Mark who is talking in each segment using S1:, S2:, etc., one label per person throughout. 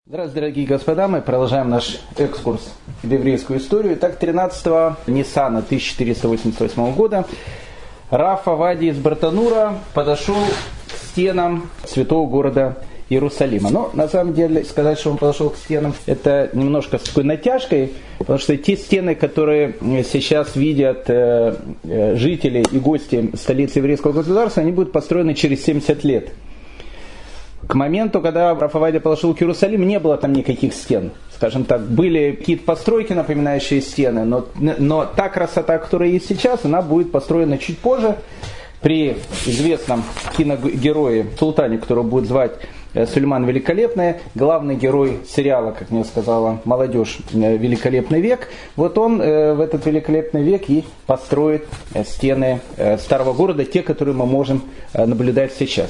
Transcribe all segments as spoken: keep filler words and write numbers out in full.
S1: Здравствуйте, дорогие господа, мы продолжаем наш экскурс в еврейскую историю. Итак, тринадцатого Ниссана тысяча четыреста восемьдесят восьмого года Рав Овадия из Бартанура подошел к стенам святого города Иерусалима. Но на самом деле сказать, что он подошел к стенам, это немножко с такой натяжкой, потому что те стены, которые сейчас видят жители и гости столицы еврейского государства, они будут построены через семьдесят лет. К моменту, когда Рав Овадия подошел к Иерусалиму, не было там никаких стен. Скажем так, были какие-то постройки, напоминающие стены, но, но та красота, которая есть сейчас, она будет построена чуть позже. При известном киногерое Султане, которого будет звать Сулейман Великолепный, главный герой сериала, как мне сказала молодежь, «Великолепный век», вот он в этот великолепный век и построит стены старого города, те, которые мы можем наблюдать сейчас.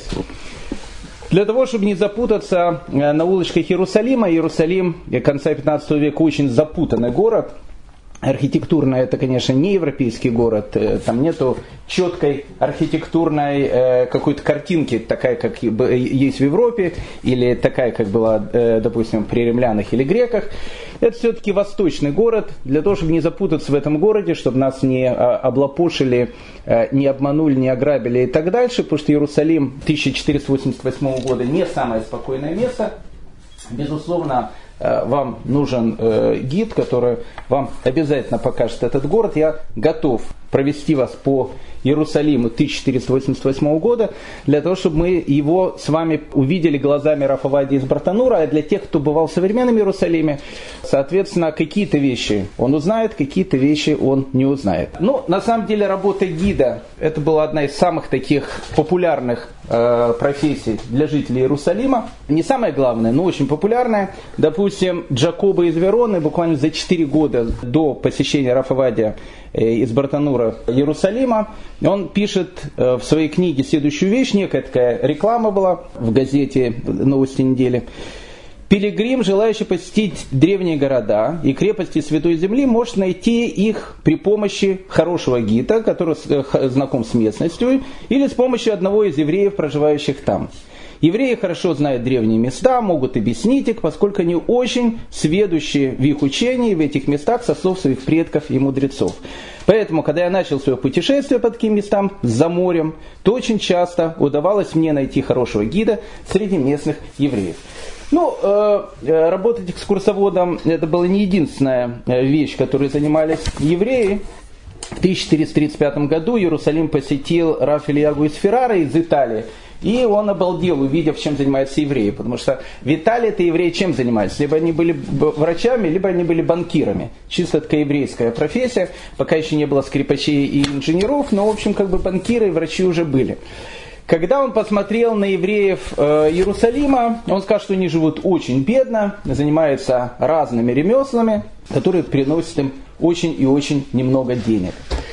S1: Для того, чтобы не запутаться на улочках Иерусалима, Иерусалим конца пятнадцатого века очень запутанный город. Архитектурно это, конечно, не европейский город, там нету четкой архитектурной какой-то картинки, такая, как есть в Европе, или такая, как была, допустим, при римлянах или греках. Это все-таки восточный город. Для того, чтобы не запутаться в этом городе, чтобы нас не облапошили, не обманули, не ограбили и так дальше, потому что Иерусалим тысяча четыреста восемьдесят восьмого года не самое спокойное место. Безусловно, вам нужен гид, который вам обязательно покажет этот город. Я готов провести вас по Иерусалиму тысяча четыреста восемьдесят восьмого года, для того, чтобы мы его с вами увидели глазами Рав Овадии из Бартанура, а для тех, кто бывал в современном Иерусалиме, соответственно, какие-то вещи он узнает, какие-то вещи он не узнает. Ну, на самом деле, работа гида, это была одна из самых таких популярных э, профессий для жителей Иерусалима. Не самая главная, но очень популярная. Допустим, Джакоба из Вероны буквально за четыре года до посещения Рав Овадия из Бартанура Иерусалима, он пишет в своей книге следующую вещь, некая такая реклама была в газете «Новости недели». Пилигрим, желающий посетить древние города и крепости Святой Земли, может найти их при помощи хорошего гида, который знаком с местностью, или с помощью одного из евреев, проживающих там. Евреи хорошо знают древние места, могут объяснить их, поскольку они очень сведущие в их учении, в этих местах со слов своих предков и мудрецов. Поэтому, когда я начал свое путешествие по таким местам за морем, то очень часто удавалось мне найти хорошего гида среди местных евреев. Ну, э, работать экскурсоводом это была не единственная вещь, которой занимались евреи. В тысяча четыреста тридцать пятом году Иерусалим посетил Рав Ильягу из Феррары из Италии. И он обалдел, увидев, чем занимаются евреи. Потому что в Италии это евреи чем занимались? Либо они были врачами, либо они были банкирами. Чисто такая еврейская профессия. Пока еще не было скрипачей и инженеров, но, в общем, как бы банкиры и врачи уже были. Когда он посмотрел на евреев э, Иерусалима, он сказал, что они живут очень бедно, занимаются разными ремеслами, которые приносят им очень и очень немного денег.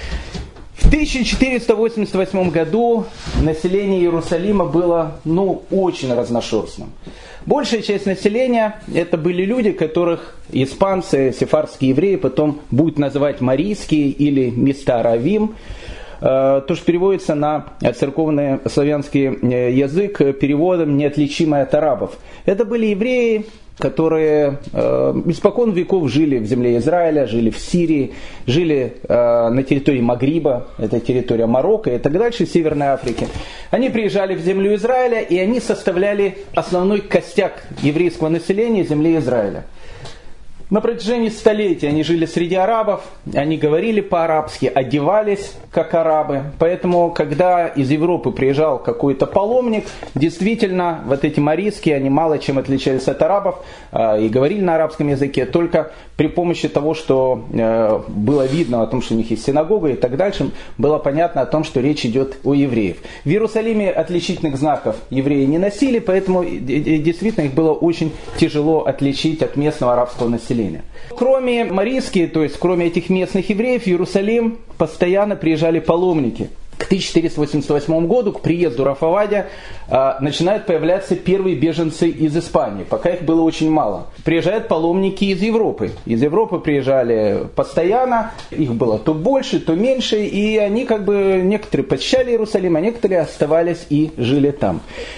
S1: В тысяча четыреста восемьдесят восьмом году население Иерусалима было ну, очень разношерстным. Большая часть населения это были люди, которых испанцы, сефардские евреи потом будут называть марийские или Мистаравим. То, что переводится на церковный славянский язык переводом «неотличимый от арабов». Это были евреи, которые э, испокон веков жили в земле Израиля, жили в Сирии, жили э, на территории Магриба, это территория Марокко и так дальше, Северной Африки. Они приезжали в землю Израиля, и они составляли основной костяк еврейского населения земли Израиля. На протяжении столетий они жили среди арабов, они говорили по-арабски, одевались как арабы. Поэтому, когда из Европы приезжал какой-то паломник, действительно, вот эти марийские, они мало чем отличались от арабов э, и говорили на арабском языке, только при помощи того, что э, было видно о том, что у них есть синагога и так дальше, было понятно о том, что речь идет о евреях. В Иерусалиме отличительных знаков евреи не носили, поэтому действительно их было очень тяжело отличить от местного арабского населения. Кроме марийских, то есть кроме этих местных евреев, в Иерусалим постоянно приезжали паломники. К тысяча четыреста восемьдесят восьмому году, к приезду Рав Овадия, начинают появляться первые беженцы из Испании. Пока их было очень мало. Приезжают паломники из Европы. Из Европы приезжали постоянно. Их было то больше, то меньше. И они как бы, некоторые посещали Иерусалим, а некоторые оставались и жили там.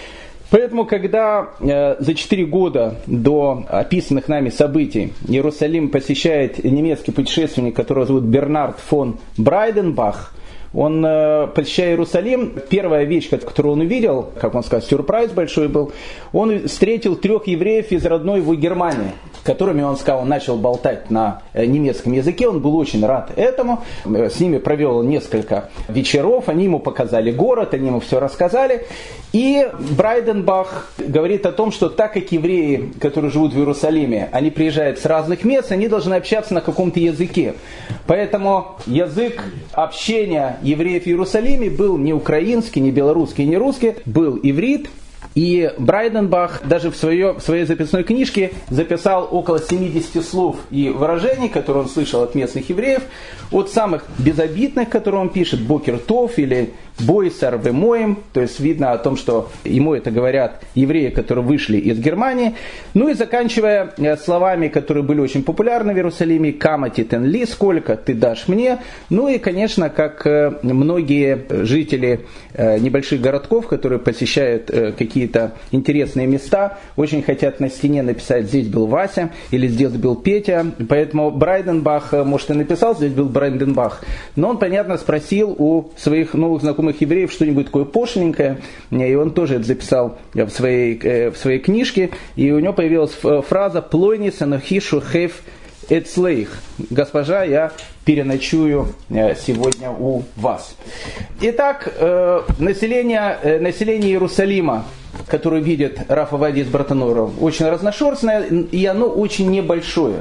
S1: Поэтому, когда э, за четыре года до описанных нами событий Иерусалим посещает немецкий путешественник, которого зовут Бернард фон Брайденбах, он, э, посещая Иерусалим, первая вещь, которую он увидел, как он сказал, сюрприз большой был, он встретил трех евреев из родной его Германии, с которыми, он сказал, он начал болтать на немецком языке, он был очень рад этому, с ними провел несколько вечеров, они ему показали город, они ему все рассказали, и Брайденбах говорит о том, что так как евреи, которые живут в Иерусалиме, они приезжают с разных мест, они должны общаться на каком-то языке, поэтому язык общения евреев в Иерусалиме был не украинский, не белорусский, не русский, был иврит. И Брайденбах даже в, свое, в своей записной книжке записал около семидесяти слов и выражений, которые он слышал от местных евреев, от самых безобидных, которые он пишет, «Бокер Тов» или «Бойсар вемоем», то есть видно о том, что ему это говорят евреи, которые вышли из Германии, ну и заканчивая словами, которые были очень популярны в Иерусалиме, «Кама титен ли», «Сколько ты дашь мне», ну и, конечно, как многие жители небольших городков, которые посещают какие-то интересные места, очень хотят на стене написать «Здесь был Вася» или «Здесь был Петя», поэтому Брайденбах, может, и написал «Здесь был Брайденбах», но он, понятно, спросил у своих новых знакомых евреев что-нибудь такое пошленькое, и он тоже это записал в своей, в своей книжке, и у него появилась фраза «Плойнис анохишу хеф эцлейх». «Госпожа, я переночую сегодня у вас». Итак, население, население Иерусалима, которое видит Раф Овадия из Бартанура, очень разношерстное, и оно очень небольшое.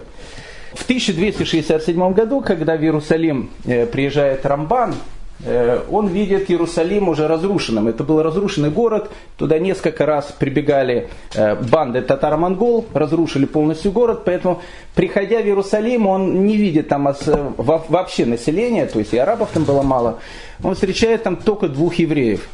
S1: В тысяча двести шестьдесят седьмом году, когда в Иерусалим приезжает Рамбан, он видит Иерусалим уже разрушенным. Это был разрушенный город, туда несколько раз прибегали банды татаро-монгол, разрушили полностью город, поэтому, приходя в Иерусалим, он не видит там вообще населения, то есть и арабов там было мало, он встречает там только двух евреев.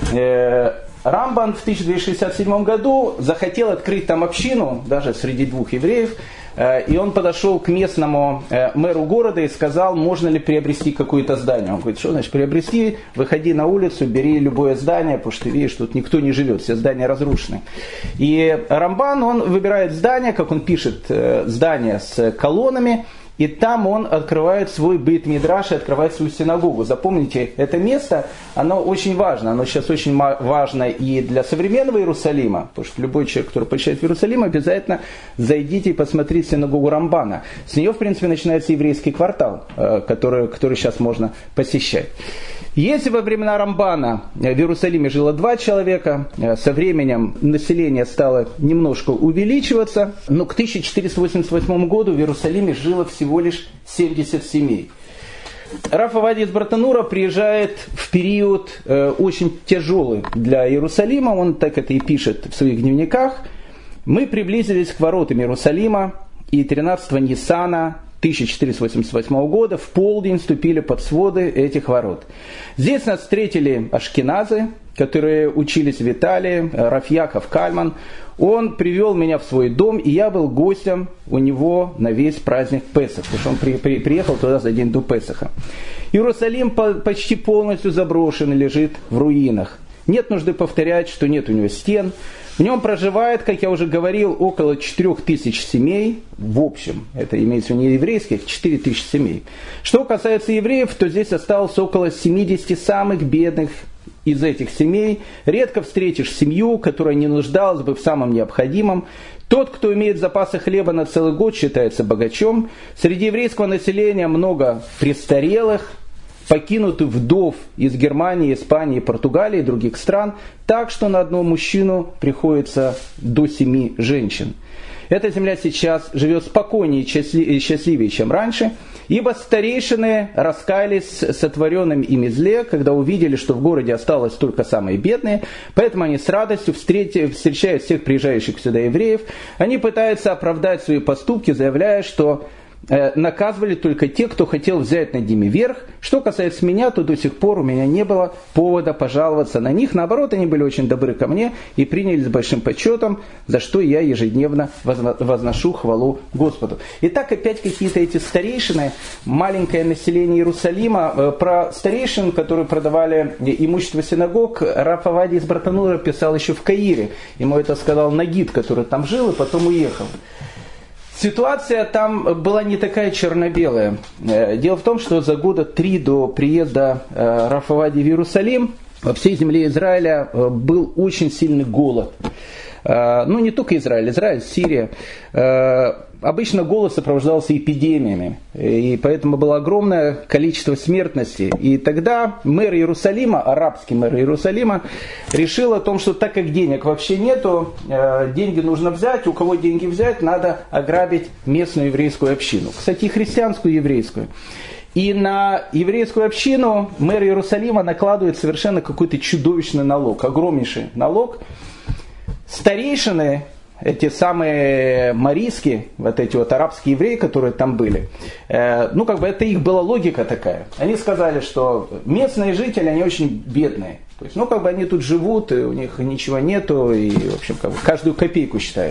S1: Рамбан в тысяча двести шестьдесят седьмом году захотел открыть там общину, даже среди двух евреев, и он подошел к местному мэру города и сказал, можно ли приобрести какое-то здание. Он говорит, что значит приобрести? Выходи на улицу, бери любое здание, потому что ты видишь, тут никто не живет, все здания разрушены. И Рамбан, он выбирает здание, как он пишет, здание с колоннами, и там он открывает свой бейт-мидраш и открывает свою синагогу. Запомните, это место, оно очень важно. Оно сейчас очень важно и для современного Иерусалима, потому что любой человек, который посещает Иерусалим, обязательно зайдите и посмотрите синагогу Рамбана. С нее, в принципе, начинается еврейский квартал, который, который сейчас можно посещать. Если во времена Рамбана в Иерусалиме жило два человека, со временем население стало немножко увеличиваться, но к тысяча четыреста восемьдесят восьмому году в Иерусалиме жило всего лишь семьдесят семей. Раф Овадия из Бартанура приезжает в период э, очень тяжелый для Иерусалима, он так это и пишет в своих дневниках. Мы приблизились к воротам Иерусалима, и тринадцатого Ниссана тысяча четыреста восемьдесят восьмого года в полдень вступили под своды этих ворот. Здесь нас встретили ашкеназы, которые учились в Италии, Раф Яков Кальман. Он привел меня в свой дом, и я был гостем у него на весь праздник Песах, потому что он при, при, приехал туда за день до Песаха. Иерусалим по, почти полностью заброшен и лежит в руинах. Нет нужды повторять, что нет у него стен. В нем проживает, как я уже говорил, около четырех тысяч семей в общем. Это имеется в виду не еврейских, четыре тысячи семей. Что касается евреев, то здесь осталось около семидесяти самых бедных из этих семей. Редко встретишь семью, которая не нуждалась бы в самом необходимом. Тот, кто имеет запасы хлеба на целый год, считается богачом. Среди еврейского населения много престарелых, покинутых вдов из Германии, Испании, Португалии и других стран, так что на одного мужчину приходится до семи женщин. Эта земля сейчас живет спокойнее и счастливее, чем раньше, ибо старейшины раскаялись в сотворенном ими зле, когда увидели, что в городе осталось только самые бедные, поэтому они с радостью встречают всех приезжающих сюда евреев. Они пытаются оправдать свои поступки, заявляя, что наказывали только те, кто хотел взять над ними верх. Что касается меня, то до сих пор у меня не было повода пожаловаться на них. Наоборот, они были очень добры ко мне и приняли с большим почетом, за что я ежедневно возношу хвалу Господу. Итак, опять какие-то эти старейшины, маленькое население Иерусалима. Про старейшин, которые продавали имущество синагог, Рав Овадия из Бартанура писал еще в Каире. Ему это сказал Нагид, который там жил и потом уехал. Ситуация там была не такая черно-белая. Дело в том, что за года три до приезда Рава Овадии в Иерусалим во всей земле Израиля был очень сильный голод. Ну, не только Израиль, Израиль, Сирия. Обычно голод сопровождался эпидемиями, и поэтому было огромное количество смертности. И тогда мэр Иерусалима, арабский мэр Иерусалима, решил о том, что так как денег вообще нету, деньги нужно взять, у кого деньги взять, надо ограбить местную еврейскую общину. Кстати, и христианскую, и еврейскую. И на еврейскую общину мэр Иерусалима накладывает совершенно какой-то чудовищный налог, огромнейший налог. Старейшины, эти самые марийские, вот эти вот арабские евреи, которые там были, э, ну как бы это их была логика такая. Они сказали, что местные жители, они очень бедные. То есть, ну как бы они тут живут, и у них ничего нету, и в общем как бы каждую копейку считают.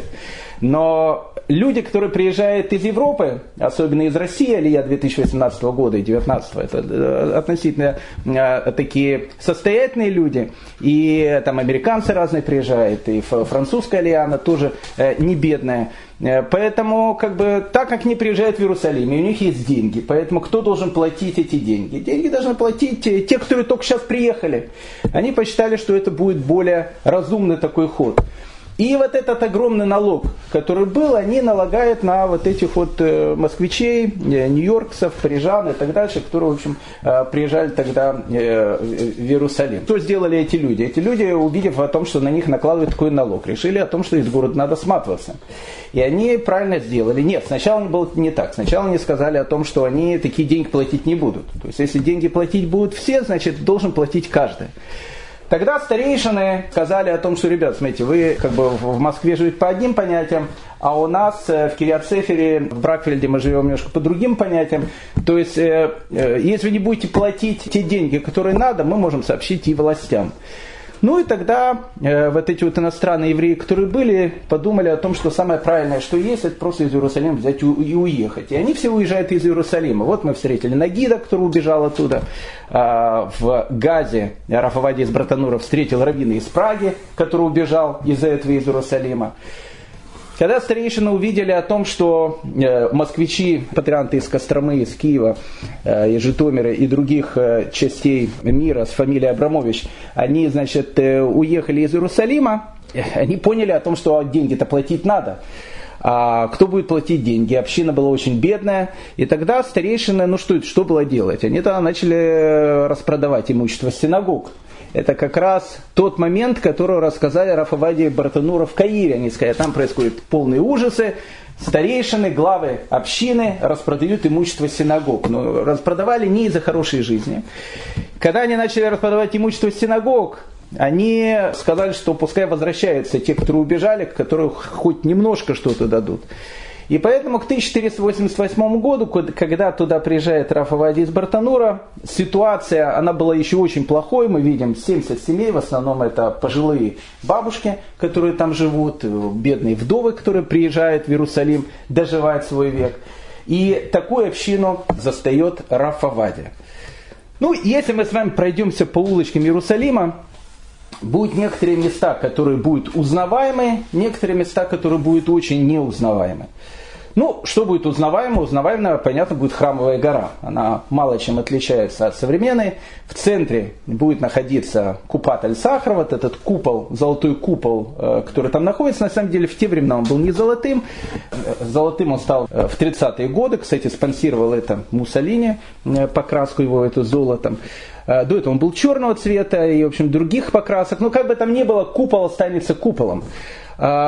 S1: Но люди, которые приезжают из Европы, особенно из России, Алия две тысячи восемнадцатого года и две тысячи девятнадцатого, это относительно э, такие состоятельные люди, и там американцы разные приезжают, и французская Алия, она тоже э, не бедная. Поэтому, как бы, так как они приезжают в Иерусалим, и у них есть деньги, поэтому кто должен платить эти деньги? Деньги должны платить те, те, которые только сейчас приехали. Они посчитали, что это будет более разумный такой ход. И вот этот огромный налог, который был, они налагают на вот этих вот москвичей, нью-йоркцев, парижан и так дальше, которые, в общем, приезжали тогда в Иерусалим. Что сделали эти люди? Эти люди, увидев о том, что на них накладывают такой налог, решили о том, что из города надо сматываться. И они правильно сделали. Нет, сначала было не так. Сначала они сказали о том, что они такие деньги платить не будут. То есть, если деньги платить будут все, значит, должен платить каждый. Тогда старейшины сказали о том, что, ребят, смотрите, вы как бы в Москве живете по одним понятиям, а у нас в Кирьят-Сефере, в Бракфельде мы живем немножко по другим понятиям. То есть, если вы не будете платить те деньги, которые надо, мы можем сообщить и властям. Ну и тогда э, вот эти вот иностранные евреи, которые были, подумали о том, что самое правильное, что есть, это просто из Иерусалима взять и уехать. И они все уезжают из Иерусалима. Вот мы встретили Нагида, который убежал оттуда. А, в Газе Рав Овадия из Бартанура встретил раввина из Праги, который убежал из-за этого из Иерусалима. Когда старейшины увидели о том, что э, москвичи, патрианты из Костромы, из Киева, э, из Житомира и других э, частей мира с фамилией Абрамович, они, значит, э, уехали из Иерусалима, они поняли о том, что деньги-то платить надо. А кто будет платить деньги? Община была очень бедная. И тогда старейшины, ну что, что было делать? Они тогда начали распродавать имущество синагог. Это как раз тот момент, который рассказали Рав Овадия Бартанура в Каире. Они сказали, там происходят полные ужасы. Старейшины, главы общины распродают имущество синагог. Но распродавали не из-за хорошей жизни. Когда они начали распродавать имущество синагог, они сказали, что пускай возвращаются те, которые убежали, которые хоть немножко что-то дадут. И поэтому к тысяча четыреста восемьдесят восьмому году, когда туда приезжает Рав Овадия из Бартанура, ситуация, она была еще очень плохой. Мы видим семьдесят семей, в основном это пожилые бабушки, которые там живут, бедные вдовы, которые приезжают в Иерусалим доживать свой век. И такую общину застает Рав Овадия. Ну, если мы с вами пройдемся по улочкам Иерусалима, будут некоторые места, которые будут узнаваемы, некоторые места, которые будут очень неузнаваемы. Ну, что будет узнаваемо? Узнаваемо, понятно, будет Храмовая гора. Она мало чем отличается от современной. В центре будет находиться Купат аль-Сахар, вот этот купол, золотой купол, который там находится. На самом деле, в те времена он был не золотым. Золотым он стал в тридцатые годы. Кстати, спонсировал это Муссолини, покраску его это золотом. До этого он был черного цвета и, в общем, других покрасок. Но как бы там ни было, купол останется куполом.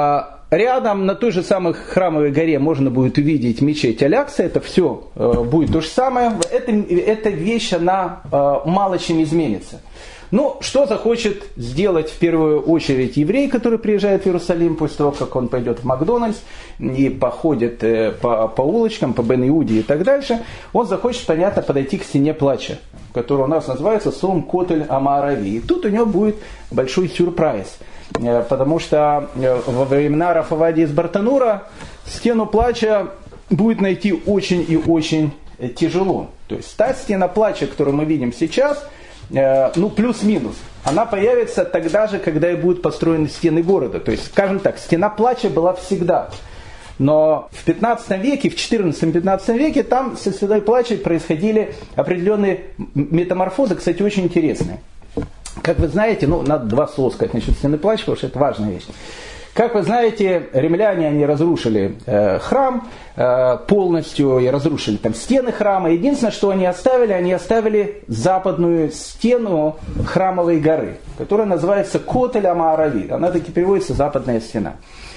S1: Рядом на той же самой храмовой горе можно будет увидеть мечеть Алякса. Это все э, будет то же самое. Это, эта вещь, она э, мало чем изменится. Ну, что захочет сделать в первую очередь еврей, который приезжает в Иерусалим после того, как он пойдет в Макдональдс и походит э, по, по улочкам, по Бен-Иуде и так дальше, он захочет, понятно, подойти к стене плача, которая у нас называется Сом Котель Амаарави. И тут у него будет большой сюрприз. Потому что во времена Раф Овадии из Бартанура стену плача будет найти очень и очень тяжело. То есть та стена плача, которую мы видим сейчас, ну плюс-минус, она появится тогда же, когда и будут построены стены города. То есть, скажем так, стена плача была всегда. Но в пятнадцатом веке, в четырнадцатом-пятнадцатом веке там со стеной плача происходили определенные метаморфозы, кстати, очень интересные. Как вы знаете, ну, надо два слова сказать насчет стены плача, потому что это важная вещь. Как вы знаете, римляне, они разрушили э, храм э, полностью, и разрушили там стены храма. Единственное, что они оставили, они оставили западную стену храмовой горы, которая называется Котель Амаарави. Она таки переводится «западная стена».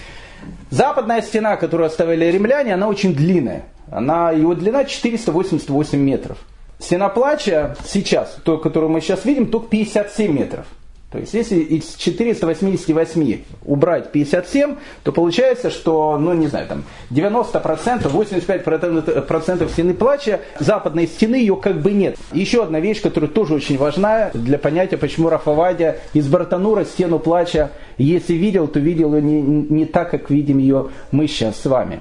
S1: Западная стена, которую оставили римляне, она очень длинная. Она, его длина четыреста восемьдесят восемь метров. Стена плача сейчас, то, которую мы сейчас видим, только пятьдесят семь метров. То есть, если из четырёхсот восьмидесяти восьми убрать пятьдесят семь, то получается, что, ну, не знаю, там девяносто процентов, восемьдесят пять процентов стены плача, западной стены, ее как бы нет. Еще одна вещь, которая тоже очень важна для понятия, почему Раф Овадия из Бартанура стену плача, если видел, то видел ее не, не так, как видим ее мы сейчас с вами.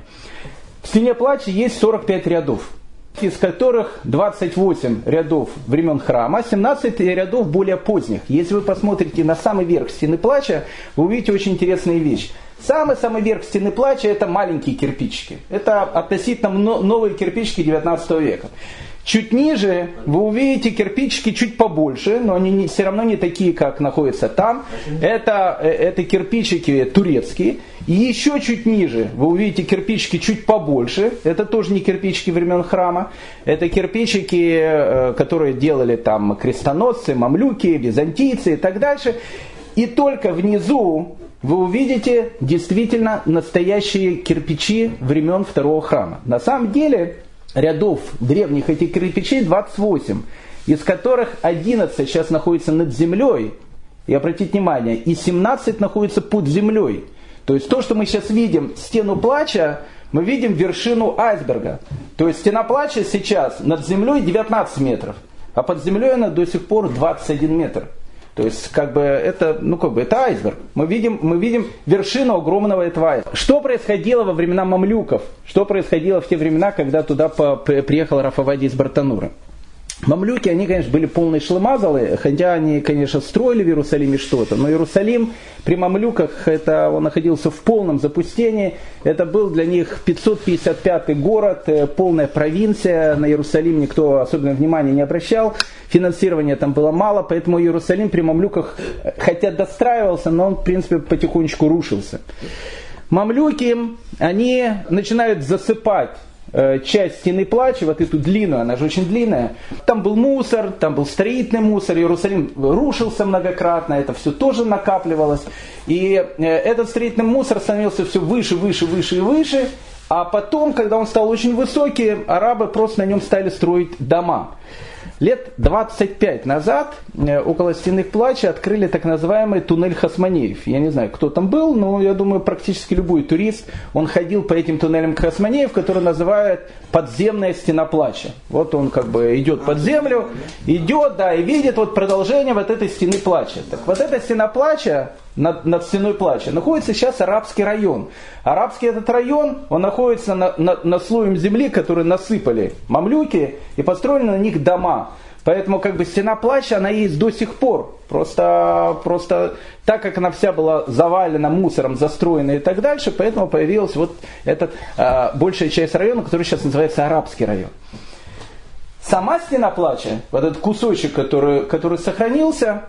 S1: В стене плача есть сорок пять рядов, из которых двадцать восемь рядов времен храма, семнадцать рядов более поздних. Если вы посмотрите на самый верх стены плача, вы увидите очень интересную вещь. Самый-самый верх стены плача — это маленькие кирпичики. Это относительно новые кирпичики девятнадцатого века. Чуть ниже вы увидите кирпичики чуть побольше, но они не, все равно не такие, как находятся там. Это, это кирпичики турецкие. И еще чуть ниже вы увидите кирпичики чуть побольше. Это тоже не кирпичики времен храма. Это кирпичики, которые делали там крестоносцы, мамлюки, византийцы и так дальше. И только внизу вы увидите действительно настоящие кирпичи времен второго храма. На самом деле рядов древних этих кирпичей двадцать восемь, из которых одиннадцать сейчас находится над землей, и обратите внимание, и семнадцать находится под землей. То есть то, что мы сейчас видим, стену плача, мы видим вершину айсберга. То есть стена плача сейчас над землей девятнадцать метров, а под землей она до сих пор двадцать один метр. То есть, как бы, это, ну, как бы, это айсберг. Мы видим, мы видим вершину огромного этого айсберга. Что происходило во времена мамлюков? Что происходило в те времена, когда туда по, приехал Раф Овадия из Бартанура? Мамлюки, они, конечно, были полные шлемазалы, хотя они, конечно, строили в Иерусалиме что-то, но Иерусалим при мамлюках, это, он находился в полном запустении, это был для них пятьсот пятьдесят пятый город, полная провинция, на Иерусалим никто особенно внимания не обращал, финансирования там было мало, поэтому Иерусалим при мамлюках, хотя достраивался, но он, в принципе, потихонечку рушился. Мамлюки, они начинают засыпать часть стены плача, вот эту длинную, она же очень длинная. Там был мусор, там был строительный мусор, Иерусалим рушился многократно, это все тоже накапливалось. И этот строительный мусор становился все выше, выше, выше и выше. А потом, когда он стал очень высокий, арабы просто на нем стали строить дома. Лет двадцать пять назад около стены плача открыли так называемый туннель Хасмонеев. Я не знаю, кто там был, но я думаю, практически любой турист, он ходил по этим туннелям Хасмонеев, которые называют подземная стена плача. Вот он как бы идет под землю, идет, да, и видит вот продолжение вот этой стены плача. Так вот эта стена плача, над, над стеной плача, находится сейчас арабский район. Арабский этот район, он находится на, на, на слоем земли, который насыпали мамлюки, и построены на них дома. Поэтому как бы стена плача, она есть до сих пор. Просто, просто так как она вся была завалена мусором, застроена и так дальше, поэтому появилась вот эта а, большая часть района, который сейчас называется арабский район. Сама стена плача, вот этот кусочек, который, который сохранился,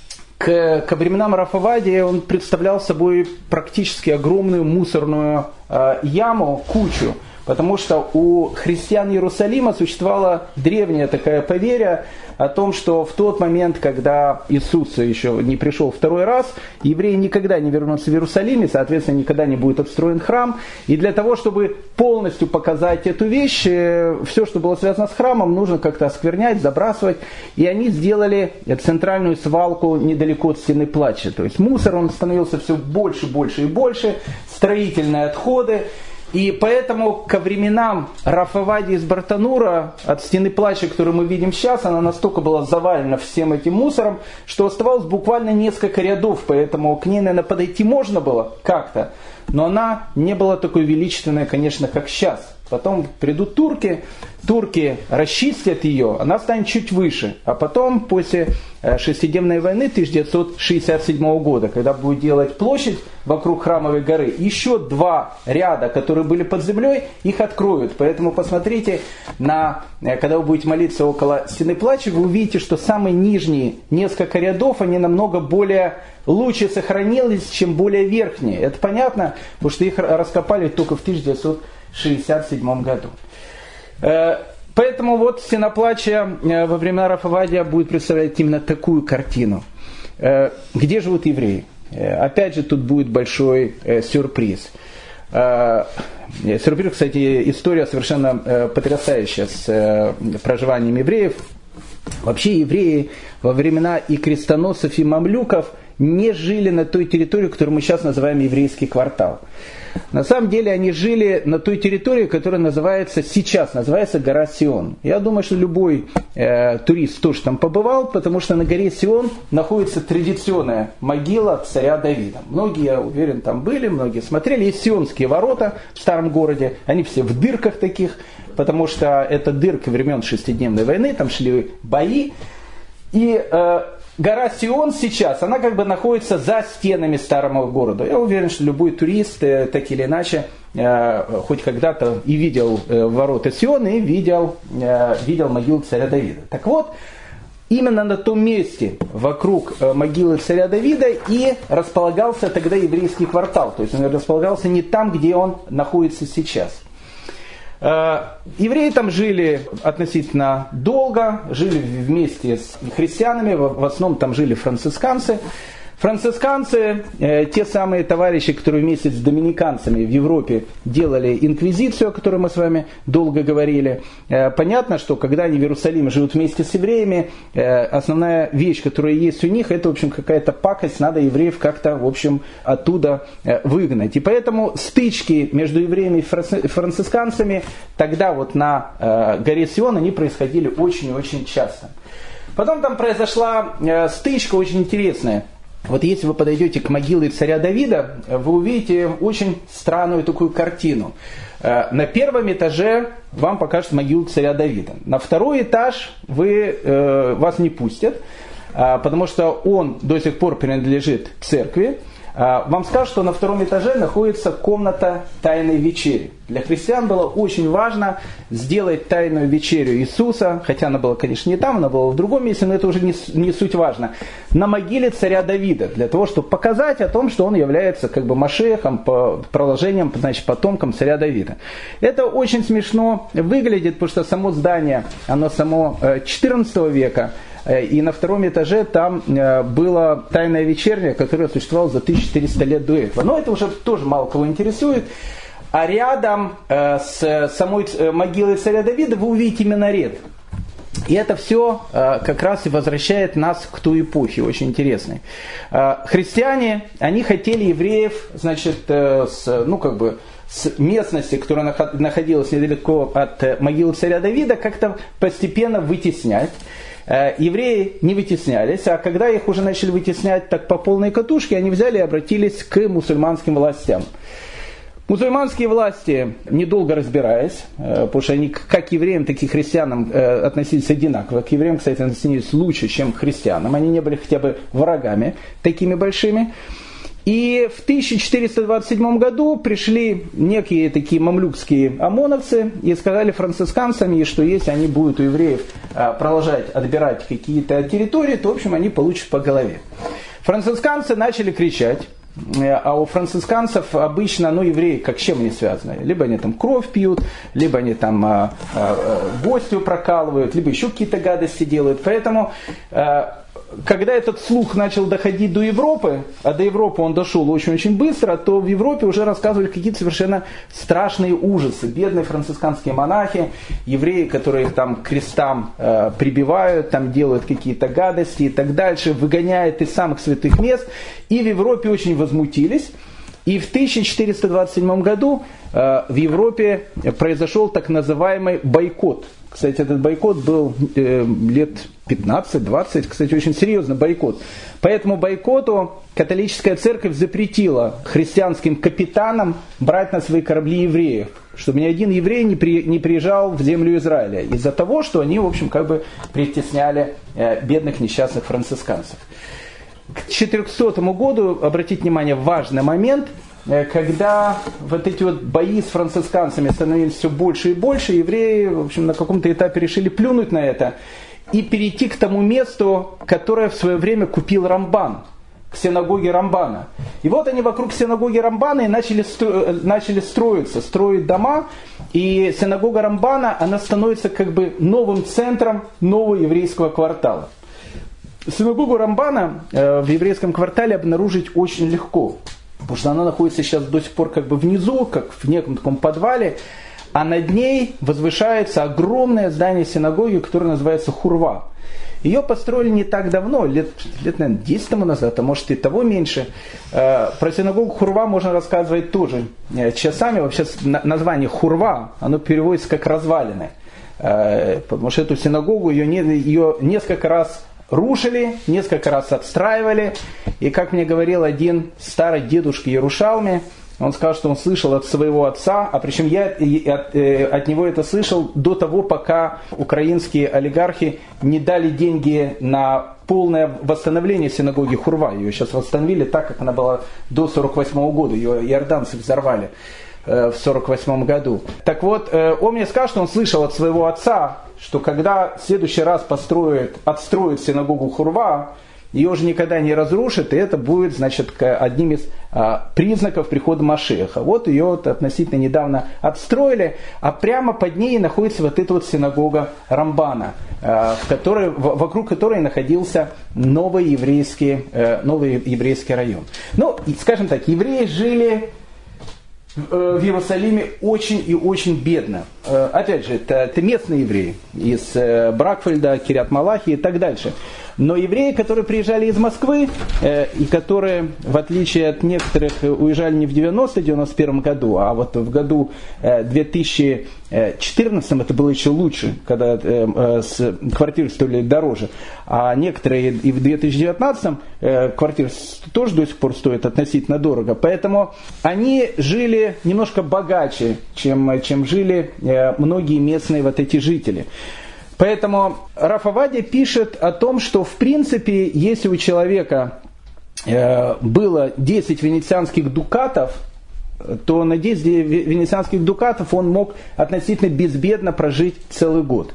S1: к, к временам Раф Овадии он представлял собой практически огромную мусорную э, яму, кучу. Потому что у христиан Иерусалима существовала древняя такая поверье о том, что в тот момент, когда Иисус еще не пришел второй раз, евреи никогда не вернутся в Иерусалим, и, соответственно, никогда не будет отстроен храм. И для того, чтобы полностью показать эту вещь, все, что было связано с храмом, нужно как-то осквернять, забрасывать. И они сделали центральную свалку недалеко от стены плача. То есть мусор, он становился все больше, больше и больше, строительные отходы. И поэтому ко временам Рав Овадии из Бартанура, от стены плача, которую мы видим сейчас, она настолько была завалена всем этим мусором, что оставалось буквально несколько рядов, поэтому к ней, наверное, подойти можно было как-то, но она не была такой величественной, конечно, как сейчас. Потом придут турки, турки расчистят ее, она станет чуть выше. А потом, после шестидневной войны тысяча девятьсот шестьдесят седьмого года, когда будут делать площадь вокруг Храмовой горы, еще два ряда, которые были под землей, их откроют. Поэтому посмотрите, на, когда вы будете молиться около стены плача, вы увидите, что самые нижние несколько рядов, они намного более лучше сохранились, чем более верхние. Это понятно, потому что их раскопали только в тысяча девятьсот шестьдесят седьмом году. Поэтому вот стена плача во времена Рава Овадия будет представлять именно такую картину. Где живут евреи? Опять же, тут будет большой сюрприз. Сюрприз, кстати, история совершенно потрясающая с проживанием евреев. Вообще евреи во времена и крестоносцев, и мамлюков не жили на той территории, которую мы сейчас называем еврейский квартал. На самом деле они жили на той территории, которая называется, сейчас называется гора Сион. Я думаю, что любой э, турист тоже там побывал, потому что на горе Сион находится традиционная могила царя Давида. Многие, я уверен, там были, многие смотрели. Есть Сионские ворота в старом городе, они все в дырках таких, потому что это дырка времен шестидневной войны, там шли бои. И э, гора Сион сейчас, она как бы находится за стенами старого города. Я уверен, что любой турист, э, так или иначе, э, хоть когда-то и видел э, ворота Сиона, и видел, э, видел могилу царя Давида. Так вот, именно на том месте, вокруг э, могилы царя Давида, и располагался тогда еврейский квартал. То есть он располагался не там, где он находится сейчас. Евреи там жили относительно долго, жили вместе с христианами, в основном там жили францисканцы. Францисканцы, э, те самые товарищи, которые вместе с доминиканцами в Европе делали инквизицию, о которой мы с вами долго говорили. Э, понятно, что когда они в Иерусалиме живут вместе с евреями, э, основная вещь, которая есть у них, это, в общем, какая-то пакость, надо евреев как-то, в общем, оттуда э, выгнать. И поэтому стычки между евреями и франци- францисканцами тогда вот на э, горе Сион, они происходили очень и очень часто. Потом там произошла э, стычка очень интересная. Вот если вы подойдете к могиле царя Давида, вы увидите очень странную такую картину. На первом этаже вам покажут могилу царя Давида. На второй этаж вы, вас не пустят, потому что он до сих пор принадлежит церкви. Вам скажут, что на втором этаже находится комната тайной вечери. Для христиан было очень важно сделать тайную вечерю Иисуса, хотя она была, конечно, не там, она была в другом месте, но это уже не, не суть важно. На могиле царя Давида, для того, чтобы показать о том, что он является как бы Машиахом, продолжением, значит, потомком царя Давида. Это очень смешно выглядит, потому что само здание, оно само четырнадцатого века, и на втором этаже там была тайная вечерня, которая существовала за тысячу четыреста лет до этого. Но это уже тоже мало кого интересует. А рядом с самой могилой царя Давида вы увидите минарет. И это все как раз и возвращает нас к той эпохе, очень интересной. Христиане, они хотели евреев, значит, с, ну как бы, с местности, которая находилась недалеко от могилы царя Давида, как-то постепенно вытеснять. Евреи не вытеснялись, а когда их уже начали вытеснять так по полной катушке, они взяли и обратились к мусульманским властям. Мусульманские власти, недолго разбираясь, потому что они как к евреям, так и к христианам относились одинаково. К евреям, кстати, относились лучше, чем к христианам. Они не были хотя бы врагами такими большими. И в тысяча четыреста двадцать седьмом году пришли некие такие мамлюкские ОМОНовцы и сказали францисканцам, что если они будут у евреев продолжать отбирать какие-то территории, то, в общем, они получат по голове. Францисканцы начали кричать, А у францисканцев обычно, ну, евреи, как с чем они связаны? Либо они там кровь пьют, либо они там а, а, гостью прокалывают, либо еще какие-то гадости делают. Поэтому, а, когда этот слух начал доходить до Европы, а до Европы он дошел очень-очень быстро, то в Европе уже рассказывали какие-то совершенно страшные ужасы. Бедные францисканские монахи, евреи, которые их там к крестам э, прибивают, там делают какие-то гадости и так дальше, выгоняют из самых святых мест. И в Европе очень возмутились. И в тысяча четыреста двадцать седьмом году э, в Европе произошел так называемый бойкот. Кстати, этот бойкот был э, лет пятнадцать-двадцать, кстати, очень серьезный бойкот. По этому бойкоту католическая церковь запретила христианским капитанам брать на свои корабли евреев, чтобы ни один еврей не, при, не приезжал в землю Израиля, из-за того, что они, в общем, как бы притесняли э, бедных несчастных францисканцев. К четырехсотому году, обратите внимание, важный момент, когда вот эти вот бои с францисканцами становились все больше и больше, евреи, в общем, на каком-то этапе решили плюнуть на это и перейти к тому месту, которое в свое время купил Рамбан, к синагоге Рамбана. И вот они вокруг синагоги Рамбана и начали, стро... начали строиться, строить дома, и синагога Рамбана, она становится как бы новым центром нового еврейского квартала. Синагогу Рамбана э, в еврейском квартале обнаружить очень легко. Потому что она находится сейчас до сих пор как бы внизу, как в неком таком подвале, а над ней возвышается огромное здание синагоги, которое называется Хурва. Ее построили не так давно, лет, лет наверное, десять тому назад, а может и того меньше. Про синагогу Хурва можно рассказывать тоже часами. Вообще название Хурва, оно переводится как развалины. Потому что эту синагогу, ее, ее несколько раз рушили, несколько раз отстраивали. И как мне говорил один старый дедушка Ярушалми, он сказал, что он слышал от своего отца, а причем я от, от него это слышал до того, пока украинские олигархи не дали деньги на полное восстановление синагоги Хурва. Ее сейчас восстановили так, как она была до сорок восьмого года. Ее иорданцы взорвали в сорок восьмом году. Так вот, он мне сказал, что он слышал от своего отца, что когда в следующий раз построят, отстроят синагогу Хурва, ее уже никогда не разрушат, и это будет, значит, одним из а, признаков прихода Машиаха. Вот ее вот относительно недавно отстроили, а прямо под ней находится вот эта вот синагога Рамбана, а, в которой, в, вокруг которой находился новый еврейский, а, новый еврейский район. Ну, скажем так, евреи жили в Иерусалиме очень и очень бедно. Опять же, это, это местные евреи из Бракфельда, Кирят-Малахи и так дальше. Но евреи, которые приезжали из Москвы, э, и которые, в отличие от некоторых, уезжали не в девяносто-девяносто первом году, а вот в году э, две тысячи четырнадцатом, это было еще лучше, когда э, э, с, квартиры стоили дороже, а некоторые и в две тысячи девятнадцатом э, квартиры тоже до сих пор стоят относительно дорого. Поэтому они жили немножко богаче, чем, чем жили э, многие местные вот эти жители. Поэтому Рав Овадия пишет о том, что в принципе, если у человека э, было десять венецианских дукатов, то на десять венецианских дукатов он мог относительно безбедно прожить целый год.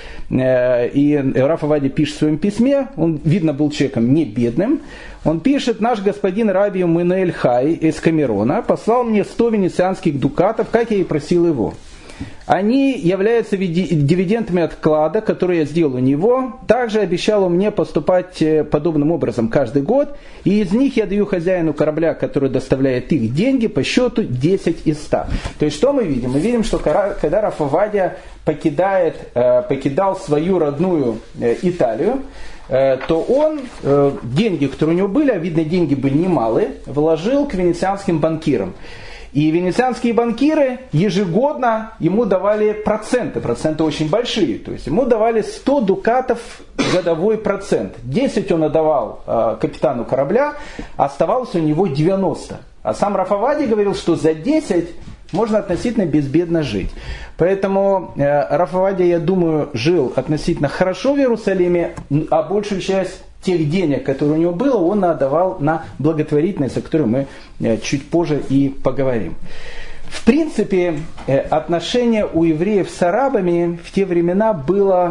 S1: Э, и Рав Овадия пишет в своем письме, он, видно, был человеком не бедным, он пишет: «Наш господин Раби Менуэль Хай из Камерона послал мне сто венецианских дукатов, как я и просил его. Они являются дивидендами от вклада, который я сделал у него. Также обещал он мне поступать подобным образом каждый год. И из них я даю хозяину корабля, который доставляет их, деньги по счету десять из ста». То есть что мы видим? Мы видим, что когда Рав Овадия покидает, покидал свою родную Италию, то он деньги, которые у него были, а видно, деньги были немалые, вложил к венецианским банкирам. И венецианские банкиры ежегодно ему давали проценты, проценты очень большие. То есть ему давали сто дукатов годовой процент. десять он отдавал э, капитану корабля, а оставалось у него девяносто. А сам Рав Овадия говорил, что за десять можно относительно безбедно жить. Поэтому э, Рав Овадия, я думаю, жил относительно хорошо в Иерусалиме, а большую часть тех денег, которые у него было, он отдавал на благотворительность, о которой мы чуть позже и поговорим. В принципе, отношение у евреев с арабами в те времена было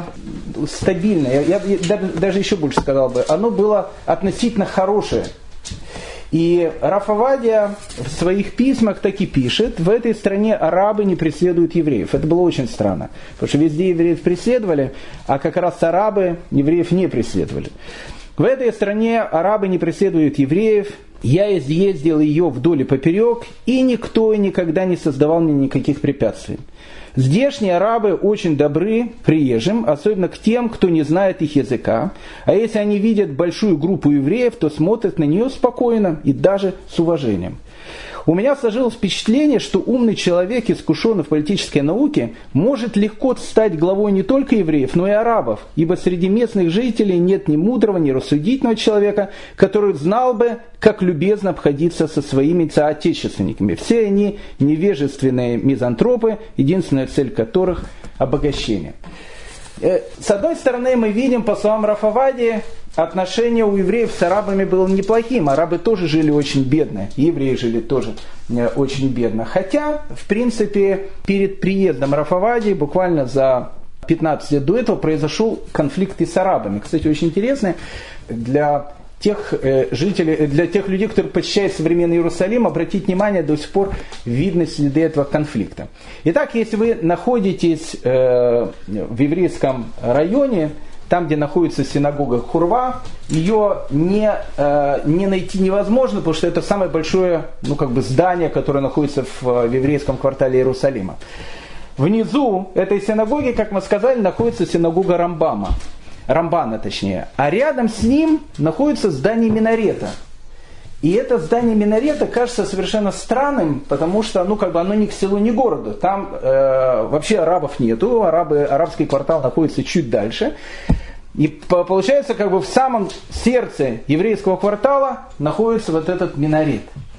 S1: стабильное. Я, я даже еще больше сказал бы, оно было относительно хорошее. И Раф Овадия в своих письмах так и пишет: в этой стране арабы не преследуют евреев. Это было очень странно, потому что везде евреев преследовали, а как раз арабы евреев не преследовали. В этой стране арабы не преследуют евреев. Я изъездил ее вдоль и поперек, и никто и никогда не создавал мне никаких препятствий. Здешние арабы очень добры приезжим, особенно к тем, кто не знает их языка. А если они видят большую группу евреев, то смотрят на нее спокойно и даже с уважением. У меня сложилось впечатление, что умный человек, искушенный в политической науке, может легко стать главой не только евреев, но и арабов, ибо среди местных жителей нет ни мудрого, ни рассудительного человека, который знал бы, как любезно обходиться со своими соотечественниками. Все они невежественные мизантропы, единственная цель которых – обогащение. С одной стороны, мы видим, по словам Рафа Овадии, отношение у евреев с арабами было неплохим. Арабы тоже жили очень бедно, евреи жили тоже очень бедно. Хотя, в принципе, перед приездом Рафа Овадии, буквально за пятнадцать лет до этого, произошел конфликт и с арабами. Кстати, очень интересный для тех э, жителей, для тех людей, которые посещают современный Иерусалим, обратить внимание, до сих пор видны следы этого конфликта. Итак, если вы находитесь э, в еврейском районе, там, где находится синагога Хурва, ее не, э, не найти невозможно, потому что это самое большое, ну, как бы здание, которое находится в, в еврейском квартале Иерусалима. Внизу этой синагоги, как мы сказали, находится синагога Рамбама. Рамбана точнее. А рядом с ним находится здание минарета. И это здание минарета кажется совершенно странным, потому что ну, как бы оно ни к селу, ни к городу. Там э, вообще арабов нету, арабы, арабский квартал находится чуть дальше. И получается, как бы в самом сердце еврейского квартала находится вот этот минарет.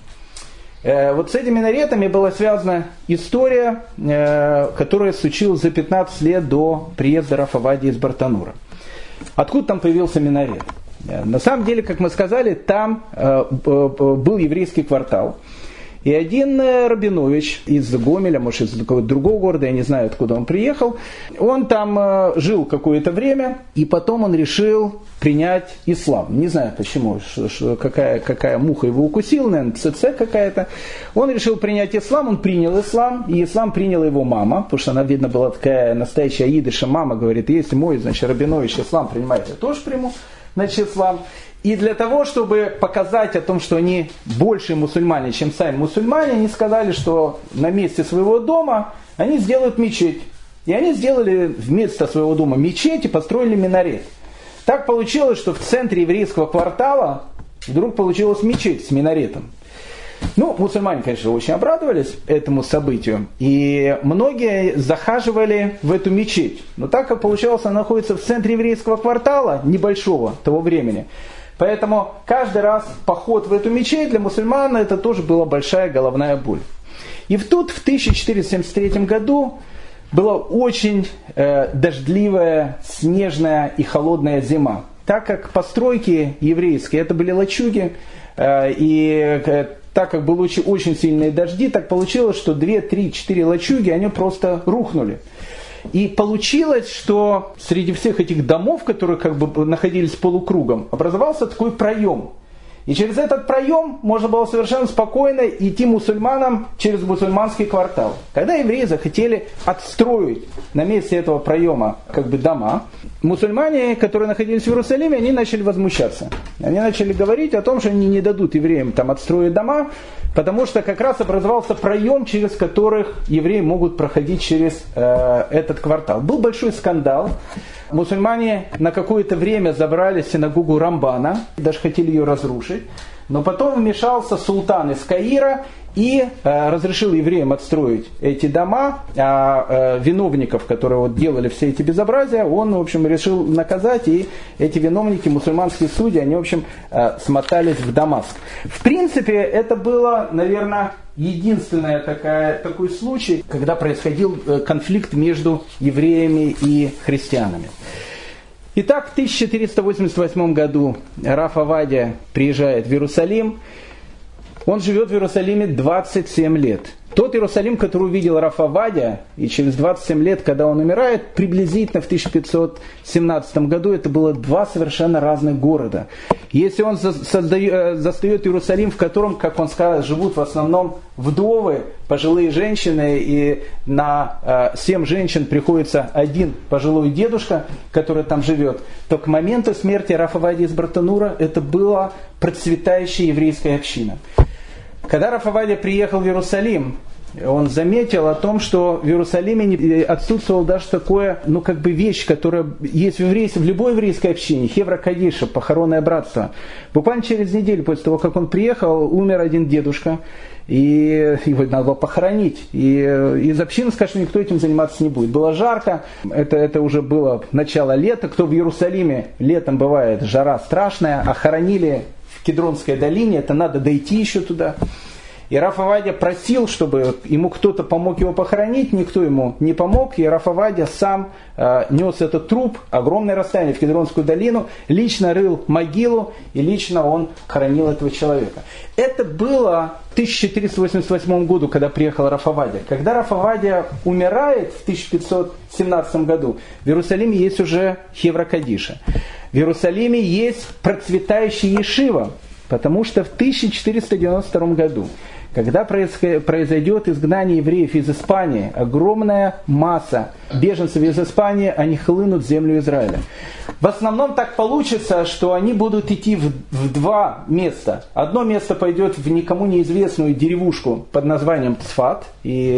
S1: Э, вот с этими минаретами была связана история, э, которая случилась за пятнадцать лет до приезда Рафа Овадии из Бартанура. Откуда там появился минарет? На самом деле, как мы сказали, там э, был еврейский квартал. И один Рабинович из Гомеля, может из какого-то другого города, я не знаю, откуда он приехал, он там э, жил какое-то время, и потом он решил принять ислам. Не знаю почему, что, что, какая, какая муха его укусила, наверное, ЦЦ какая-то. Он решил принять ислам, он принял ислам, и ислам приняла его мама, потому что она, видно, была такая настоящая аидыша. Мама говорит: если мой, значит, Рабинович ислам принимает, я тоже приму, значит, ислам. И для того, чтобы показать о том, что они больше мусульмане, чем сами мусульмане, они сказали, что на месте своего дома они сделают мечеть. И они сделали вместо своего дома мечеть и построили минарет. Так получилось, что в центре еврейского квартала вдруг получилась мечеть с минаретом. Ну, мусульмане, конечно, очень обрадовались этому событию. И многие захаживали в эту мечеть. Но так как получалось, она находится в центре еврейского квартала, небольшого того времени, поэтому каждый раз поход в эту мечеть для мусульман это тоже была большая головная боль. И тут в тысяча четыреста семьдесят третьем году была очень э, дождливая, снежная и холодная зима. Так как постройки еврейские это были лачуги, э, и э, так как были очень, очень сильные дожди, так получилось, что две, три, четыре лачуги они просто рухнули. И получилось, что среди всех этих домов, которые как бы находились полукругом, образовался такой проем. И через этот проем можно было совершенно спокойно идти мусульманам через мусульманский квартал. Когда евреи захотели отстроить на месте этого проема как бы дома, мусульмане, которые находились в Иерусалиме, они начали возмущаться. Они начали говорить о том, что они не дадут евреям там отстроить дома, потому что как раз образовался проем, через которых евреи могут проходить через э, этот квартал. Был большой скандал. Мусульмане на какое-то время забрали синагогу Рамбана, даже хотели ее разрушить. Но потом вмешался султан из Каира и э, разрешил евреям отстроить эти дома, а э, виновников, которые вот делали все эти безобразия, он, в общем, решил наказать, и эти виновники, мусульманские судьи, они, в общем, э, смотались в Дамаск. В принципе, это было, наверное, единственный такая, такой случай, когда происходил э, конфликт между евреями и христианами. Итак, в тысяча четыреста восемьдесят восьмом году Раф Овадия приезжает в Иерусалим. Он живет в Иерусалиме двадцать семь лет. Тот Иерусалим, который увидел Рав Овадия, и через двадцать семь лет, когда он умирает, приблизительно в тысяча пятьсот семнадцатом году, это было два совершенно разных города. Если он создает, застает Иерусалим, в котором, как он сказал, живут в основном вдовы, пожилые женщины, и на семь женщин приходится один пожилой дедушка, который там живет, то к моменту смерти Рав Овадии из Бартанура это была процветающая еврейская община. Когда Рав Овадия приехал в Иерусалим, он заметил о том, что в Иерусалиме отсутствовала даже такое, ну как бы вещь, которая есть в, еврействе, в любой еврейской общине, хевра кадиша, похоронное братство. Буквально через неделю после того, как он приехал, умер один дедушка, и его надо было похоронить. И из общины сказали, что никто этим заниматься не будет. Было жарко, это, это уже было начало лета. Кто в Иерусалиме летом бывает, жара страшная, а хоронили в Кедронской долине, это надо дойти еще туда. И Рав Овадия просил, чтобы ему кто-то помог его похоронить, никто ему не помог, и Рав Овадия сам э, нес этот труп, огромное расстояние в Кедронскую долину, лично рыл могилу, и лично он хоронил этого человека. Это было в тысяча четыреста восемьдесят восьмом году, когда приехал Рав Овадия. Когда Рав Овадия умирает в тысяча пятьсот семнадцатом году, в Иерусалиме есть уже хевра кадиша. В Иерусалиме есть процветающий ешива, потому что в тысяча четыреста девяносто втором году, когда произойдет изгнание евреев из Испании, огромная масса беженцев из Испании, они хлынут в землю Израиля. В основном так получится, что они будут идти в, в два места. Одно место пойдет в никому неизвестную деревушку под названием Цфат,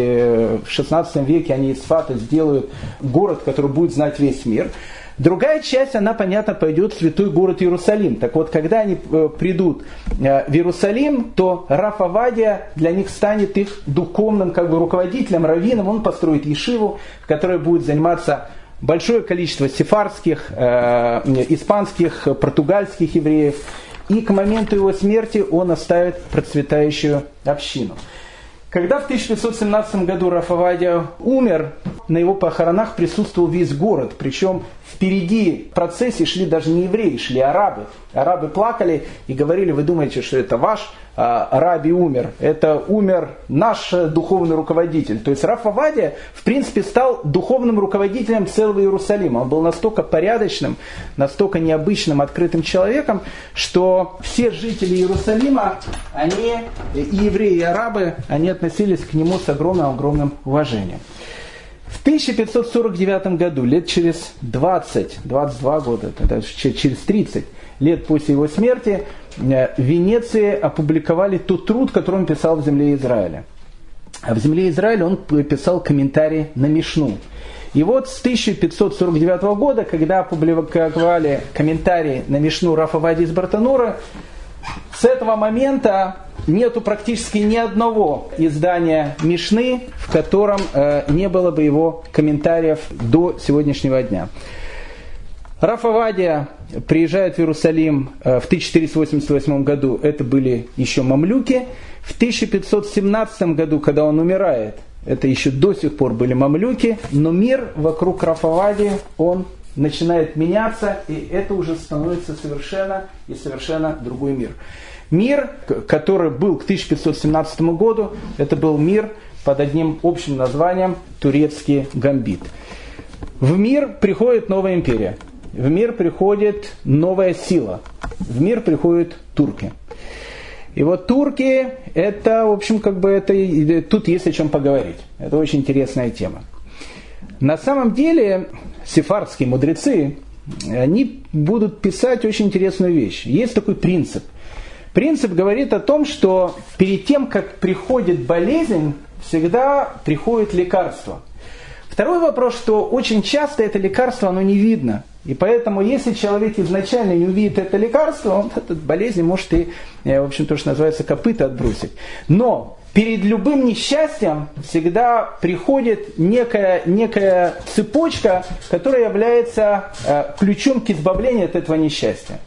S1: и в шестнадцатом веке они из Цфата сделают город, который будет знать весь мир. Другая часть, она, понятно, пойдет в святой город Иерусалим. Так вот, когда они придут в Иерусалим, то Рав Овадия для них станет их духовным как бы руководителем, раввином. Он построит ешиву, в которой будет заниматься большое количество сефардских, э, испанских, португальских евреев. И к моменту его смерти он оставит процветающую общину. Когда в тысяча пятьсот семнадцатом году Рав Овадия умер, на его похоронах присутствовал весь город. Причем впереди процессии шли даже не евреи, шли арабы. Арабы плакали и говорили: вы думаете, что это ваш а, раби умер? Это умер наш духовный руководитель. То есть Рав Овадия, в принципе, стал духовным руководителем целого Иерусалима. Он был настолько порядочным, настолько необычным, открытым человеком, что все жители Иерусалима, они, и евреи, и арабы, они относились к нему с огромным-огромным уважением. В тысяча пятьсот сорок девятом году, лет через двадцать, двадцать два года, через тридцать лет после его смерти, в Венеции опубликовали тот труд, который он писал в земле Израиля. А в земле Израиля он писал комментарий на Мишну. И вот с тысяча пятьсот сорок девятого года, когда опубликовали комментарий на Мишну Рав Овадии из Бартанура, с этого момента нету практически ни одного издания Мишны, в котором э, не было бы его комментариев до сегодняшнего дня. Рав Овадия приезжает в Иерусалим э, в тысяча четыреста восемьдесят восьмом году, это были еще мамлюки. В тысяча пятьсот семнадцатом году, когда он умирает, это еще до сих пор были мамлюки, но мир вокруг Рав Овадии, он начинает меняться, и это уже становится совершенно и совершенно другой мир. Мир, который был к тысяча пятьсот семнадцатому году, это был мир под одним общим названием «Турецкий гамбит». В мир приходит новая империя, в мир приходит новая сила, в мир приходят турки. И вот турки, это, в общем, как бы это, тут есть о чем поговорить. Это очень интересная тема. На самом деле, сефардские мудрецы, они будут писать очень интересную вещь. Есть такой принцип. Принцип говорит о том, что перед тем, как приходит болезнь, всегда приходит лекарство. Второй вопрос, что очень часто это лекарство, оно не видно. И поэтому, если человек изначально не увидит это лекарство, он от этой болезни может и, в общем, то, что называется, копыта отбросить. Но перед любым несчастьем всегда приходит некая, некая цепочка, которая является э, ключом к избавлению от этого несчастья.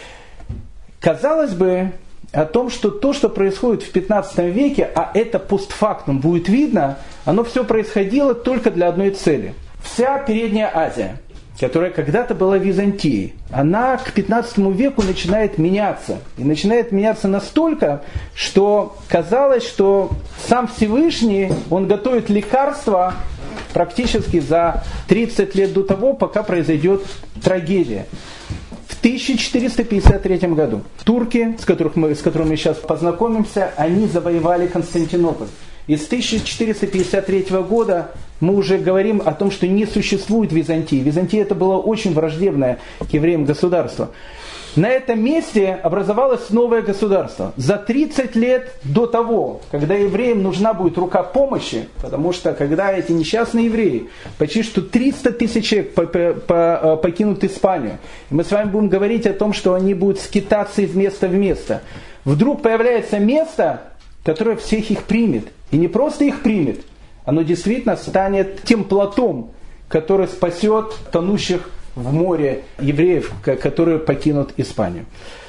S1: Казалось бы, о том, что то, что происходит в пятнадцатом веке, а это постфактум будет видно, оно все происходило только для одной цели. Вся Передняя Азия, которая когда-то была Византией, она к пятнадцатому веку начинает меняться. И начинает меняться настолько, что казалось, что сам Всевышний, он готовит лекарства практически за тридцать лет до того, пока произойдет трагедия. В тысяча четыреста пятьдесят третьем году турки, с, которых мы, с которыми мы сейчас познакомимся, они завоевали Константинополь. И с тысяча четыреста пятьдесят третьего года мы уже говорим о том, что не существует Византии. Византия это было очень враждебное к евреям государство. На этом месте образовалось новое государство. За тридцать лет до того, когда евреям нужна будет рука помощи, потому что когда эти несчастные евреи, почти что триста тысяч человек покинут Испанию, и мы с вами будем говорить о том, что они будут скитаться из места в место, вдруг появляется место, которое всех их примет. И не просто их примет, оно действительно станет тем плотом, который спасет тонущих в море евреев, которые покинут Испанию.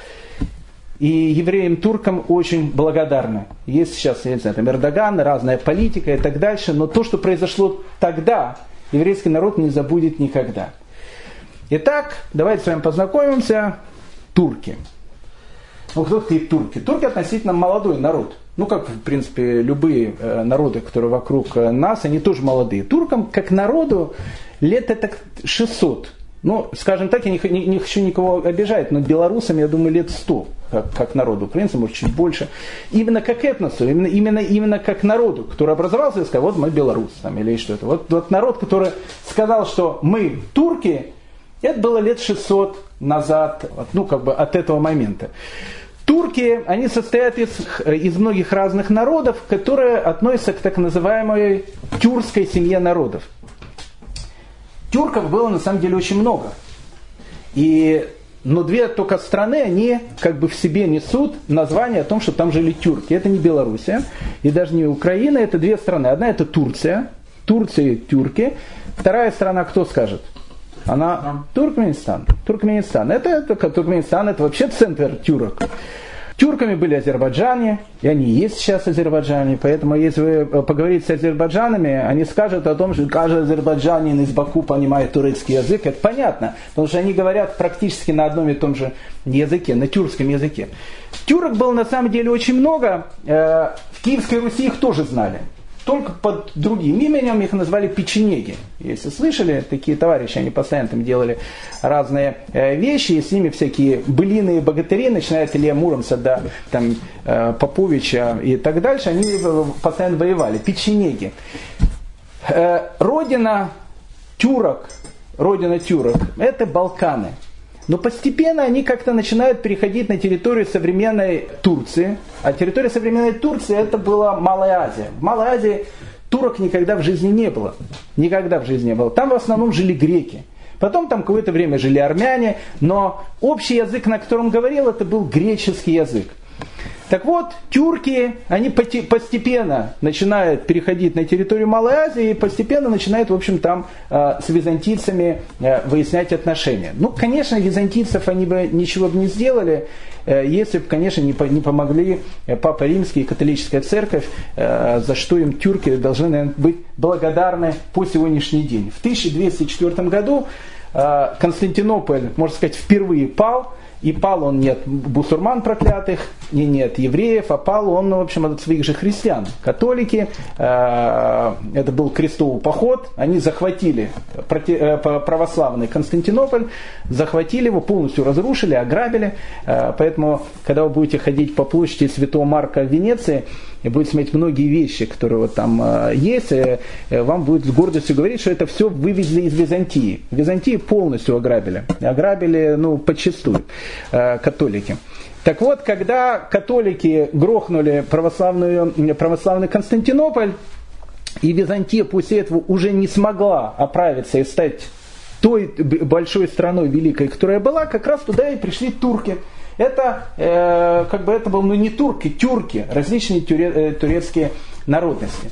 S1: И евреям-туркам очень благодарны. Есть сейчас, я не знаю, там Эрдоган, разная политика и так дальше, но то, что произошло тогда, еврейский народ не забудет никогда. Итак, давайте с вами познакомимся. Турки. Ну, кто такие турки? Турки относительно молодой народ. Ну, как, в принципе, любые э, народы, которые вокруг э, нас, они тоже молодые. Туркам, как народу, лет это шестьсот. Ну, скажем так, я не, не, не хочу никого обижать, но белорусам, я думаю, лет сто, как, как народу. Украинцам, может, чуть больше. Именно как этносу, именно, именно, именно как народу, который образовался и сказал, вот мы белорусы, там, или что-то. Вот, вот народ, который сказал, что мы турки, это было лет шестьсот назад, ну, как бы от этого момента. Турки, они состоят из, из многих разных народов, которые относятся к так называемой тюркской семье народов. Тюрков было на самом деле очень много. И, но две только страны, они как бы в себе несут название о том, что там жили тюрки. Это не Белоруссия и даже не Украина, это две страны. Одна это Турция, Турция и тюрки. Вторая страна, кто скажет? Она Туркменистан. Туркменистан. Это, это Туркменистан, это вообще центр тюрок. Тюрками были азербайджане, и они есть сейчас азербайджане, поэтому если вы поговорите с азербайджанами, они скажут о том, что каждый азербайджанин из Баку понимает турецкий язык. Это понятно, потому что они говорят практически на одном и том же языке, на тюркском языке. Тюрок было на самом деле очень много, в Киевской Руси их тоже знали. Только под другим именем их назвали печенеги. Если слышали, такие товарищи, они постоянно там делали разные э, вещи, и с ними всякие былиные богатыри, начиная от Илья Муромца до там, э, Поповича и так дальше, они постоянно воевали. Печенеги. Э, родина тюрок, родина тюрок, это Балканы. Но постепенно они как-то начинают переходить на территорию современной Турции. А территория современной Турции это была Малая Азия. В Малой Азии турок никогда в жизни не было. Никогда в жизни не было. Там в основном жили греки. Потом там какое-то время жили армяне. Но общий язык, на котором говорил, это был греческий язык. Так вот, тюрки, они постепенно начинают переходить на территорию Малой Азии и постепенно начинают, в общем, там э, с византийцами э, выяснять отношения. Ну, конечно, византийцев они бы ничего бы не сделали, э, если бы, конечно, не, по, не помогли Папа Римский и католическая церковь, э, за что им тюрки должны, наверное, быть благодарны по сегодняшний день. В тысяча двести четвёртом году э, Константинополь, можно сказать, впервые пал. И пал он не от бусурман проклятых, и не от евреев, а пал он, в общем, от своих же христиан. Католики, э, это был крестовый поход, они захватили православный Константинополь, захватили его, полностью разрушили, ограбили. Э, поэтому, когда вы будете ходить по площади Святого Марка в Венеции, и будете смотреть многие вещи, которые вот там э, есть, э, вам будет с гордостью говорить, что это все вывезли из Византии. Византию полностью ограбили. Ограбили, ну, подчистую. Католики. Так вот, когда католики грохнули православную, православный Константинополь, и Византия после этого уже не смогла оправиться и стать той большой страной великой, которая была, как раз туда и пришли турки. Это, э, как бы это был, ну не турки, тюрки, различные тюре, турецкие народности.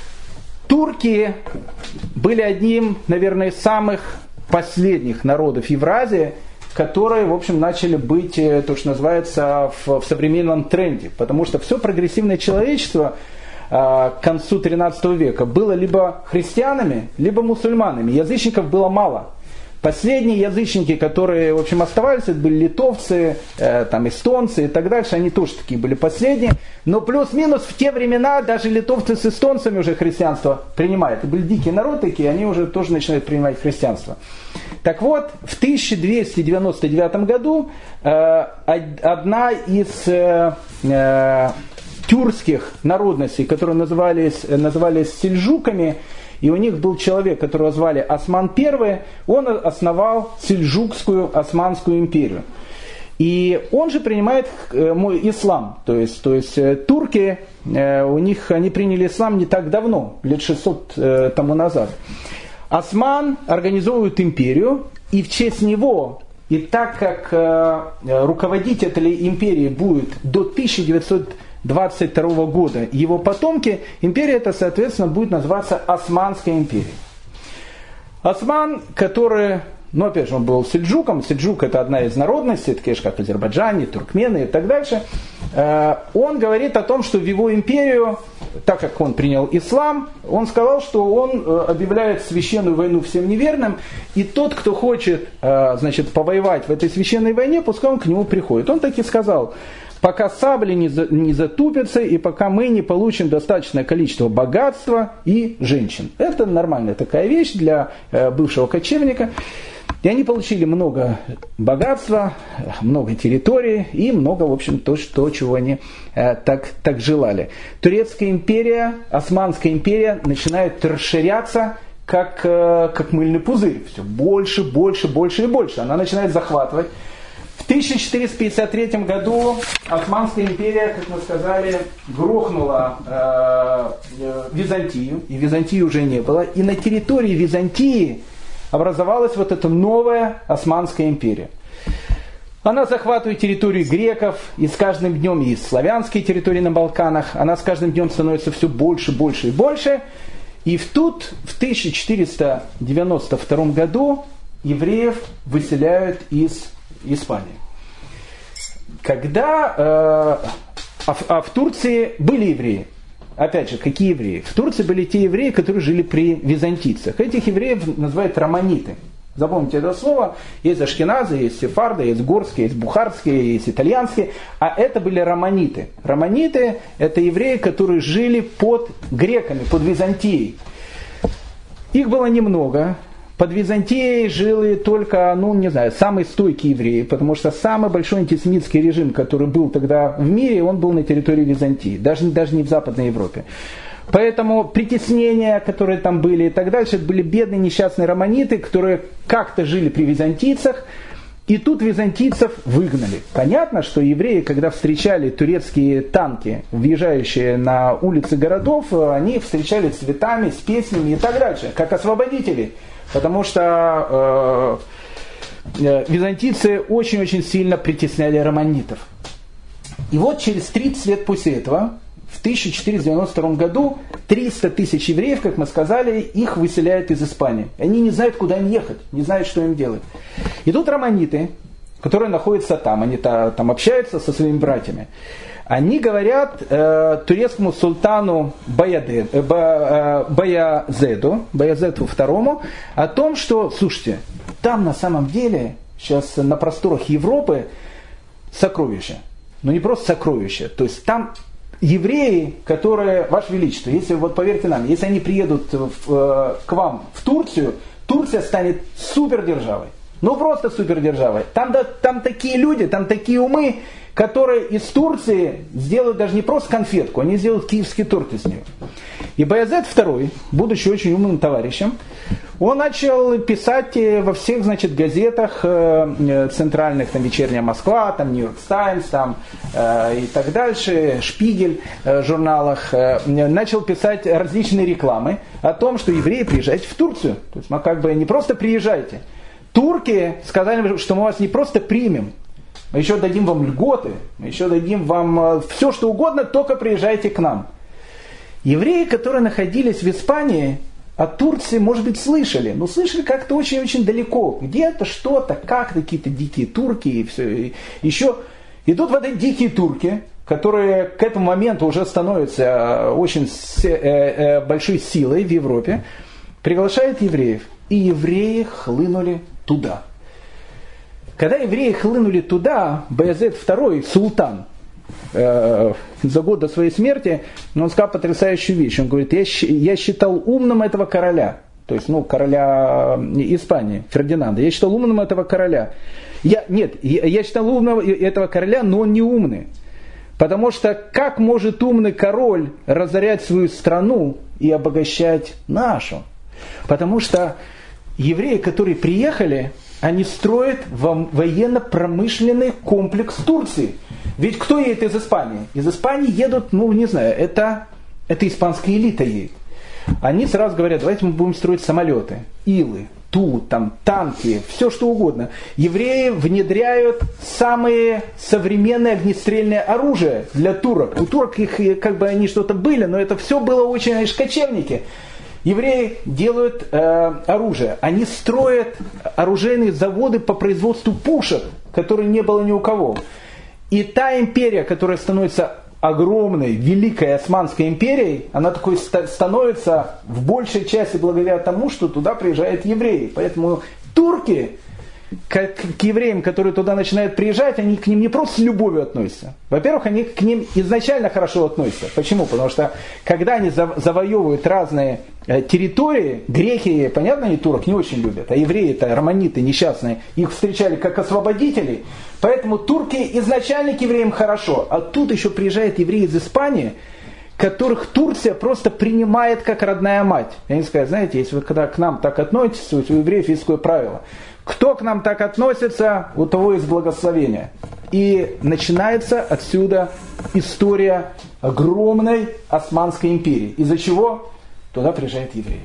S1: Турки были одним, наверное, из самых последних народов Евразии, которые, в общем, начали быть, то, что называется, в, в современном тренде. Потому что все прогрессивное человечество э, к концу тринадцатого века было либо христианами, либо мусульманами. Язычников было мало. Последние язычники, которые, в общем, оставались, это были литовцы, э, там, эстонцы и так дальше, они тоже такие были последние. Но плюс-минус в те времена даже литовцы с эстонцами уже христианство принимают. Это были дикие народы такие, они уже тоже начинают принимать христианство. Так вот, в тысяча двести девяносто девятом году э, одна из э, э, тюркских народностей, которые назывались, назывались сельджуками, и у них был человек, которого звали Осман I, он основал Сельджукскую Османскую империю. И он же принимает мой ислам. То есть, то есть турки, у них, они приняли ислам не так давно, лет шестьсот тому назад. Осман организовывает империю, и в честь него, и так как руководить этой империей будет до тысяча девятьсот двадцать второго года его потомки, империя эта, соответственно, будет называться Османской империей. Осман, который, ну, опять же, он был сельджуком, сельджук это одна из народностей, такие же, как азербайджане, туркмены и так дальше, он говорит о том, что в его империю, так как он принял ислам, он сказал, что он объявляет священную войну всем неверным, и тот, кто хочет, значит, повоевать в этой священной войне, пускай он к нему приходит. Он так и сказал: пока сабли не, за, не затупятся, и пока мы не получим достаточное количество богатства и женщин. Это нормальная такая вещь для э, бывшего кочевника. И они получили много богатства, много территорий и много, в общем, то, что, чего они э, так, так желали. Турецкая империя, Османская империя начинает расширяться, как, э, как мыльный пузырь. Все больше, больше, больше и больше. Она начинает захватывать. В тысяча четыреста пятьдесят третьем году Османская империя, как мы сказали, грохнула э, Византию, и Византии уже не было. И на территории Византии образовалась вот эта новая Османская империя. Она захватывает территории греков, и с каждым днем и славянские территории на Балканах, она с каждым днем становится все больше, больше и больше. И в тут, в тысяча четыреста девяносто втором году евреев выселяют из Испании. Когда э, а, в, а в Турции были евреи. Опять же, какие евреи? В Турции были те евреи, которые жили при византийцах. Этих евреев называют романиты. Запомните это слово. Есть ашкеназы, есть сефарды, есть горские, есть бухарские, есть итальянские. А это были романиты. Романиты – это евреи, которые жили под греками, под Византией. Их было немного. Под Византией жили только, ну, не знаю, самые стойкие евреи, потому что самый большой антисемитский режим, который был тогда в мире, он был на территории Византии, даже, даже не в Западной Европе. Поэтому притеснения, которые там были и так дальше, это были бедные несчастные романиты, которые как-то жили при византийцах, и тут византийцев выгнали. Понятно, что евреи, когда встречали турецкие танки, въезжающие на улицы городов, они встречали цветами, с песнями и так дальше, как освободители. Потому что э, э, византийцы очень-очень сильно притесняли романитов. И вот через тридцать лет после этого, в тысяча четыреста девяносто втором году, триста тысяч евреев, как мы сказали, их выселяют из Испании. Они не знают, куда им ехать, не знают, что им делать. И тут романиты, которые находятся там, они там общаются со своими братьями, они говорят э, турецкому султану Баяде, э, Ба, э, Баязеду, Баязеду второму о том, что, слушайте, там на самом деле сейчас на просторах Европы сокровища. Но не просто сокровища. То есть там евреи, которые, Ваше Величество, если вот поверьте нам, если они приедут в, э, к вам в Турцию, Турция станет супердержавой. Ну просто супердержавой. Там, да, там такие люди, там такие умы, которые из Турции сделают даже не просто конфетку, они сделают киевский торт из нее. И Баязет второй, будучи очень умным товарищем, он начал писать во всех, значит, газетах э, центральных, там «Вечерняя Москва», там «Нью-Йорк Таймс», там э, и так дальше, «Шпигель» э, журналах, э, начал писать различные рекламы о том, что евреи, приезжайте в Турцию. То есть мы как бы не просто приезжайте. Турки сказали, что мы вас не просто примем, мы еще дадим вам льготы, мы еще дадим вам все, что угодно, только приезжайте к нам. Евреи, которые находились в Испании, о Турции, может быть, слышали, но слышали как-то очень-очень далеко. Где-то, что-то, как-то, какие-то дикие турки и все. И еще идут вот эти дикие турки, которые к этому моменту уже становятся очень большой силой в Европе, приглашают евреев. и евреи хлынули туда. Когда евреи хлынули туда, Баязет второй, султан, э, за год до своей смерти, он сказал потрясающую вещь. Он говорит, я, я считал умным этого короля, то есть ну, короля Испании, Фердинанда, я считал умным этого короля. Я, нет, я, я считал умным этого короля, но он не умный. Потому что как может умный король разорять свою страну и обогащать нашу? Потому что евреи, которые приехали, они строят военно-промышленный комплекс Турции. Ведь кто едет из Испании? Из Испании едут, ну не знаю, это, это испанская элита едет. Они сразу говорят, давайте мы будем строить самолеты, илы, ту, там, танки, все что угодно. Евреи внедряют самые современные огнестрельное оружие для турок. У турок их, как бы они что-то были, но это все было очень, знаешь, кочевники. Евреи делают э, оружие. Они строят оружейные заводы по производству пушек, которые не было ни у кого. И та империя, которая становится огромной, великой Османской империей, она такой ст- становится в большей части благодаря тому, что туда приезжают евреи. Поэтому турки к, к евреям, которые туда начинают приезжать, они к ним не просто с любовью относятся. Во-первых, они к ним изначально хорошо относятся. Почему? Потому что когда они завоевывают разные территории, греки, понятно, они турок не очень любят, а евреи, это романиты несчастные, их встречали как освободителей. Поэтому турки изначально к евреям хорошо. А тут еще приезжают евреи из Испании, которых Турция просто принимает как родная мать. И они сказали, знаете, если вы когда к нам так относитесь, у евреев есть такое правило. Кто к нам так относится, у того есть благословение. И начинается отсюда история огромной Османской империи. Из-за чего туда приезжают евреи.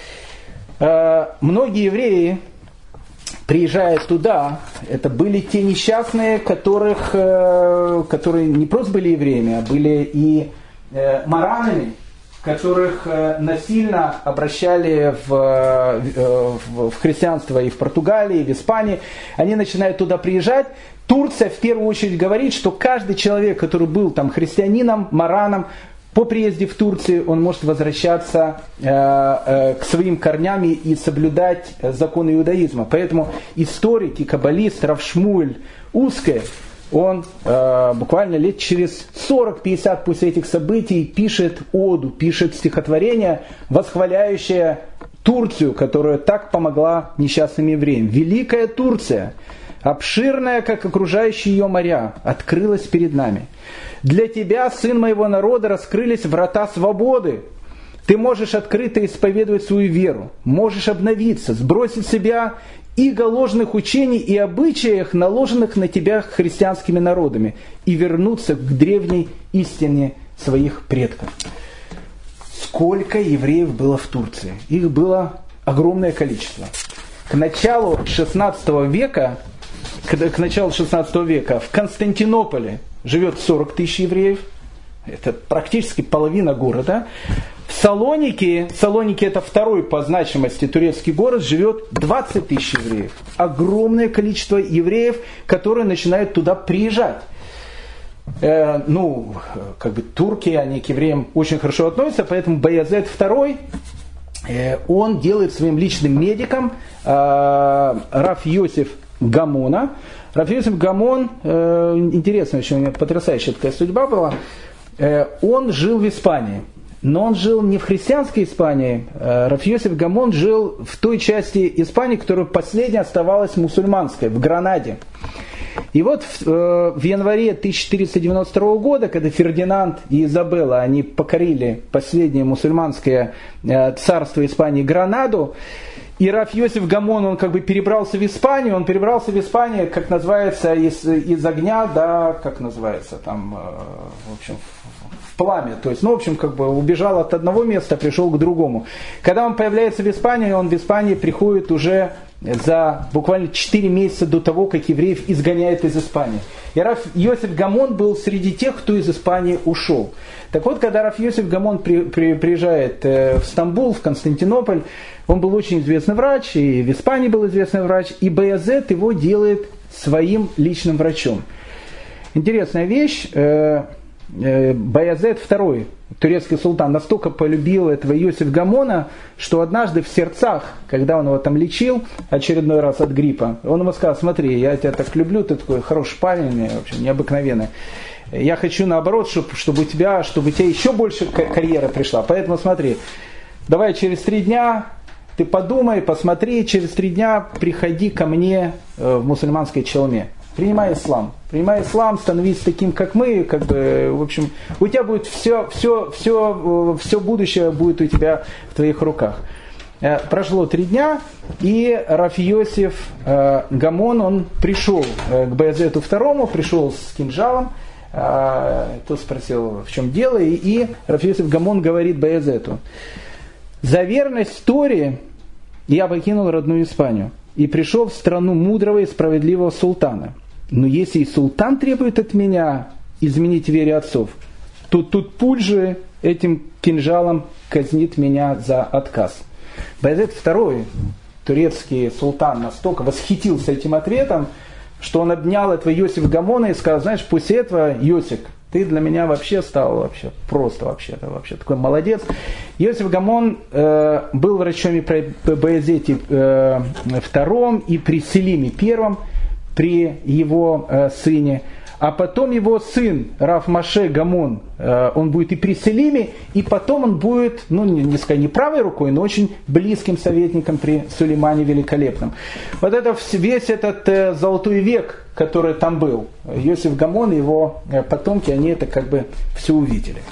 S1: Многие евреи, приезжая туда, это были те несчастные, которых, которые не просто были евреями, а были и маранами, которых насильно обращали в, в, в христианство и в Португалии, и в Испании. Они начинают туда приезжать. Турция в первую очередь говорит, что каждый человек, который был там христианином, мараном, по приезде в Турцию он может возвращаться э, э, к своим корням и соблюдать законы иудаизма. Поэтому историк и каббалист Рав Шмуэль Узке, он э, буквально лет через сорок-пятьдесят после этих событий пишет оду, пишет стихотворение, восхваляющее Турцию, которая так помогла несчастным евреям. Великая Турция, обширная, как окружающие ее моря, открылась перед нами. Для тебя, сын моего народа, раскрылись врата свободы. Ты можешь открыто исповедовать свою веру, можешь обновиться, сбросить с себя иго ложных учений и обычаев, наложенных на тебя христианскими народами, и вернуться к древней истине своих предков. Сколько евреев было в Турции? Их было огромное количество. К началу шестнадцатого века, к, к началу шестнадцатого века в Константинополе живет сорок тысяч евреев. Это практически половина города. В Салонике, Салоники это второй по значимости турецкий город, живет двадцать тысяч евреев. Огромное количество евреев, которые начинают туда приезжать. Э, ну, как бы турки, они к евреям очень хорошо относятся, поэтому Баязет второй, э, он делает своим личным медиком э, Рав Йосеф Гамона. Рав Йосеф Гамон, э, интересно, еще у него потрясающая такая судьба была, э, он жил в Испании. Но он жил не в христианской Испании. Рав Йосеф Гамон жил в той части Испании, которая последняя оставалась мусульманской, в Гранаде. И вот в, в январе тысяча четыреста девяносто второго года, когда Фердинанд и Изабелла, они покорили последнее мусульманское царство Испании, Гранаду, и Рав Йосеф Гамон, он как бы перебрался в Испанию, он перебрался в Испанию, как называется, из, из огня, да, как называется, там, в общем, пламя. То есть, ну, в общем, как бы убежал от одного места, пришел к другому. Когда он появляется в Испании, он в Испании приходит уже за буквально четыре месяца до того, как евреев изгоняют из Испании. И Рав Йосеф Гамон был среди тех, кто из Испании ушел. Так вот, когда Рав Йосеф Гамон при, при, приезжает в Стамбул, в Константинополь, он был очень известный врач, и в Испании был известный врач, и Баязет его делает своим личным врачом. Интересная вещь. Баязет второй, турецкий султан, настолько полюбил этого Иосиф Гамона, что однажды в сердцах, когда он его там лечил очередной раз от гриппа, он ему сказал: смотри, я тебя так люблю, ты такой хороший парень, в общем, необыкновенный. Я хочу наоборот, чтобы, чтобы, у тебя, чтобы у тебя еще больше карьера пришла. Поэтому смотри, давай через три дня ты подумай, посмотри, через три дня приходи ко мне в мусульманской челме. Принимай ислам. Принимай ислам, становись таким, как мы. Как бы, в общем, у тебя будет все, все, все, все будущее будет у тебя в твоих руках. Прошло три дня, и Раф Йосиф Гамон, он пришел к Баязету второму, пришел с кинжалом. Тот спросил, в чем дело, и Раф Йосиф Гамон говорит Баязету: за верность Торе я покинул родную Испанию и пришел в страну мудрого и справедливого султана. Но если и султан требует от меня изменить вере отцов, то тут пуль же этим кинжалом казнит меня за отказ. Баязет второй, турецкий султан, настолько восхитился этим ответом, что он обнял этого Иосифа Гамона и сказал: знаешь, после этого, Иосиф, ты для меня вообще стал вообще просто вообще, вообще такой молодец. Иосиф Гамон э, был врачом и при Баязете э, втором, и при Селиме первом, при его э, сыне. А потом его сын, Раф Моше Гамон, э, он будет и при Селиме, и потом он будет, ну, не, не сказать не правой рукой, но очень близким советником при Сулеймане Великолепном. Вот это весь этот э, золотой век, который там был, Иосиф Гамон и его э, потомки, они это как бы все увидели.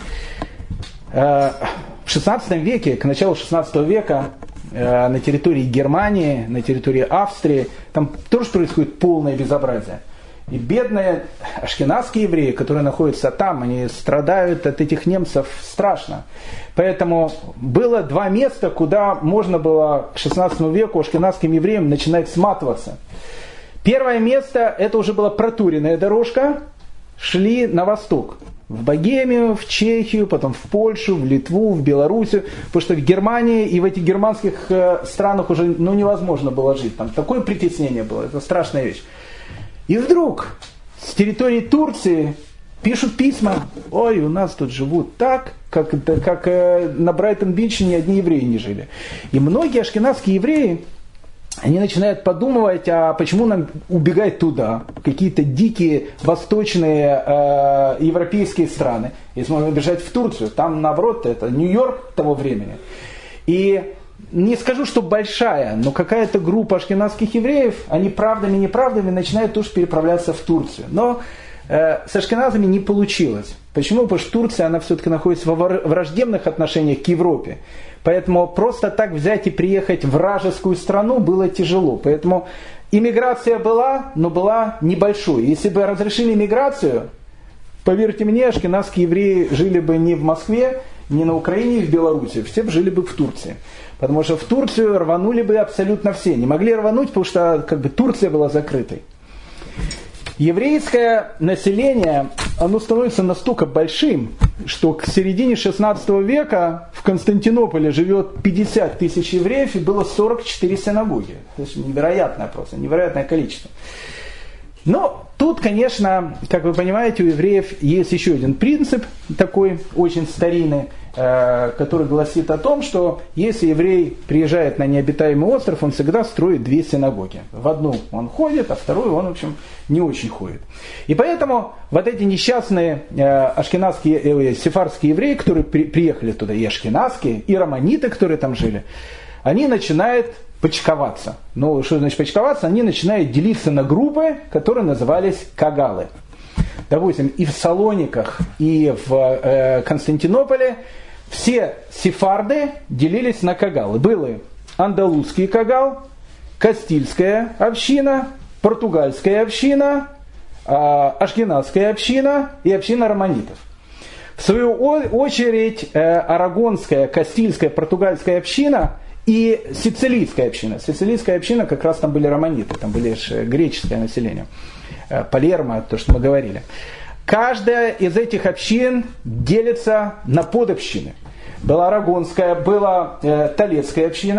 S1: Э, в шестнадцатом веке, к началу шестнадцатого века, э, на территории Германии, на территории Австрии, там тоже происходит полное безобразие. И бедные ашкеназские евреи, которые находятся там, они страдают от этих немцев страшно. Поэтому было два места, куда можно было к шестнадцатому веку ашкеназским евреям начинать сматываться. Первое место, это уже была протуренная дорожка, шли на восток. В Богемию, в Чехию, потом в Польшу, в Литву, в Белоруссию. Потому что в Германии и в этих германских странах уже ну, невозможно было жить. Там такое притеснение было, это страшная вещь. И вдруг с территории Турции пишут письма: ой, у нас тут живут так, как, как на Брайтон-Биче ни одни евреи не жили. И многие ашкеназские евреи, они начинают подумывать, а почему нам убегать туда, в какие-то дикие восточные э, европейские страны, если можно бежать в Турцию. Там, наоборот, это Нью-Йорк того времени. И не скажу, что большая, но какая-то группа ашкеназских евреев, они правдами и неправдами начинают тоже переправляться в Турцию. Но э, с ашкеназами не получилось. Почему? Потому что Турция, она все-таки находится во враждебных отношениях к Европе. Поэтому просто так взять и приехать в вражескую страну было тяжело. Поэтому иммиграция была, но была небольшой. Если бы разрешили иммиграцию, поверьте мне, ашкеназские евреи жили бы не в Москве, не на Украине и в Беларуси. Все бы жили бы в Турции. Потому что в Турцию рванули бы абсолютно все. Не могли рвануть, потому что как бы, Турция была закрытой. Еврейское население, оно становится настолько большим, что к середине шестнадцатого века в Константинополе живет пятьдесят тысяч евреев и было сорок четыре синагоги. То есть невероятное просто, невероятное количество. Но тут, конечно, как вы понимаете, у евреев есть еще один принцип, такой очень старинный, который гласит о том, что если еврей приезжает на необитаемый остров, он всегда строит две синагоги. В одну он ходит, а вторую он, в общем, не очень ходит. И поэтому вот эти несчастные ашкеназские, э, сефардские евреи, которые при, приехали туда, и ашкеназские, и романиты, которые там жили, они начинают почковаться. Ну, что значит почковаться? Они начинают делиться на группы, которые назывались кагалы. Допустим, и в Салониках, и в э, Константинополе все сефарды делились на кагалы. Были андалузский кагал, кастильская община, португальская община, э, ашкеназская община и община романитов. В свою очередь, э, арагонская, кастильская, португальская община и сицилийская община. Сицилийская община, как раз там были романиты, там были греческое население. Палермо, то, что мы говорили. Каждая из этих общин делится на подобщины. Была арагонская, была э, толецкая община,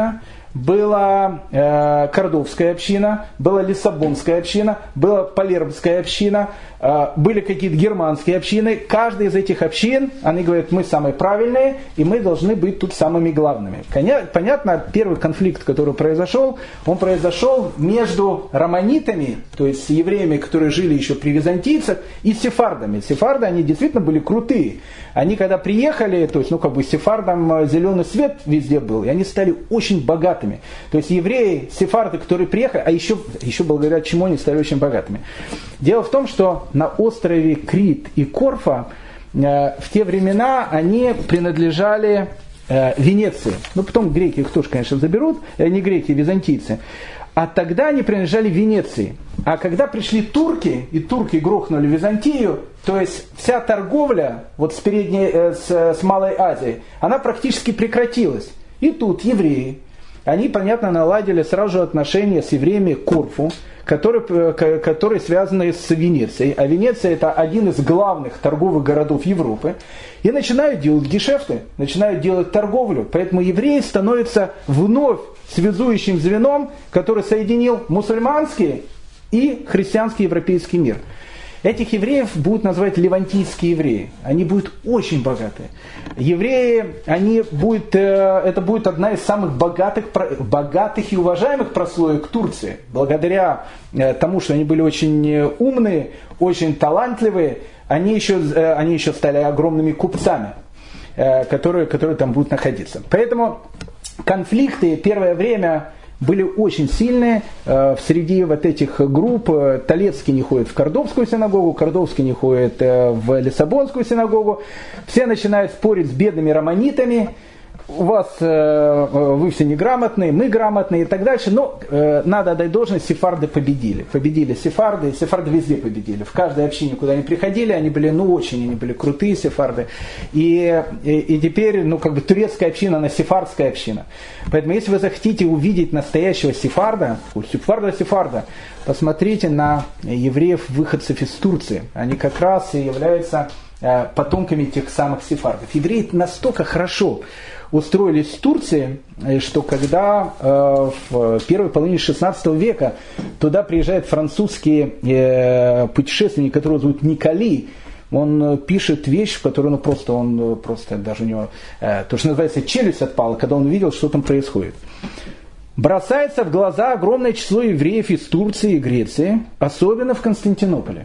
S1: была э, Кордовская община, была Лиссабонская община, была Палермская община, э, были какие-то германские общины. Каждая из этих общин, они говорят, мы самые правильные, и мы должны быть тут самыми главными. Понятно, первый конфликт, который произошел, он произошел между романитами, то есть евреями, которые жили еще при византийцах, и сефардами. Сефарды, они действительно были крутые. Они когда приехали, то есть, ну, как бы сефардам зеленый свет везде был, и они стали очень богатыми. То есть евреи, сефарды, которые приехали, а еще, еще благодаря чему они стали очень богатыми. Дело в том, что на острове Крит и Корфа э, в те времена они принадлежали э, Венеции. Ну, потом греки их тоже, конечно, заберут, э, не греки, византийцы. А тогда они принадлежали Венеции. А когда пришли турки, и турки грохнули Византию, то есть вся торговля вот с, передней, э, с, с Малой Азией, она практически прекратилась. И тут евреи, они, понятно, наладили сразу же отношения с евреями Корфу, которые, которые связаны с Венецией. А Венеция это один из главных торговых городов Европы. И начинают делать гешефты, начинают делать торговлю. Поэтому евреи становятся вновь связующим звеном, который соединил мусульманский и христианский европейский мир. Этих евреев будут называть левантийские евреи. Они будут очень богатые. Евреи, они будут, это будет одна из самых богатых, богатых и уважаемых прослоек Турции. Благодаря тому, что они были очень умные, очень талантливые, они еще, они еще стали огромными купцами, которые, которые там будут находиться. Поэтому конфликты первое время были очень сильные. Э, среди вот этих групп э, Толецкий не ходит в Кордовскую синагогу, Кордовский не ходит э, в Лиссабонскую синагогу. Все начинают спорить с бедными романитами. У вас, э, вы все неграмотные, мы грамотные и так дальше. Но э, надо отдать должность, сефарды победили. Победили сефарды, сефарды везде победили. В каждой общине, куда они приходили, они были, ну, очень, они были крутые сефарды. И, и, и теперь, ну, как бы турецкая община, она сефардская община. Поэтому, если вы захотите увидеть настоящего сефарда, сефарда-сефарда, посмотрите на евреев-выходцев из Турции. Они как раз и являются э, потомками тех самых сефардов. Евреи настолько хорошо устроились в Турции, что когда э, в первой половине шестнадцатого века туда приезжает французский э, путешественник, которого зовут Николи, он пишет вещь, в которой ну, просто, он, просто даже у него, э, то, что называется, челюсть отпала, когда он увидел, что там происходит. Бросается в глаза огромное число евреев из Турции и Греции, особенно в Константинополе.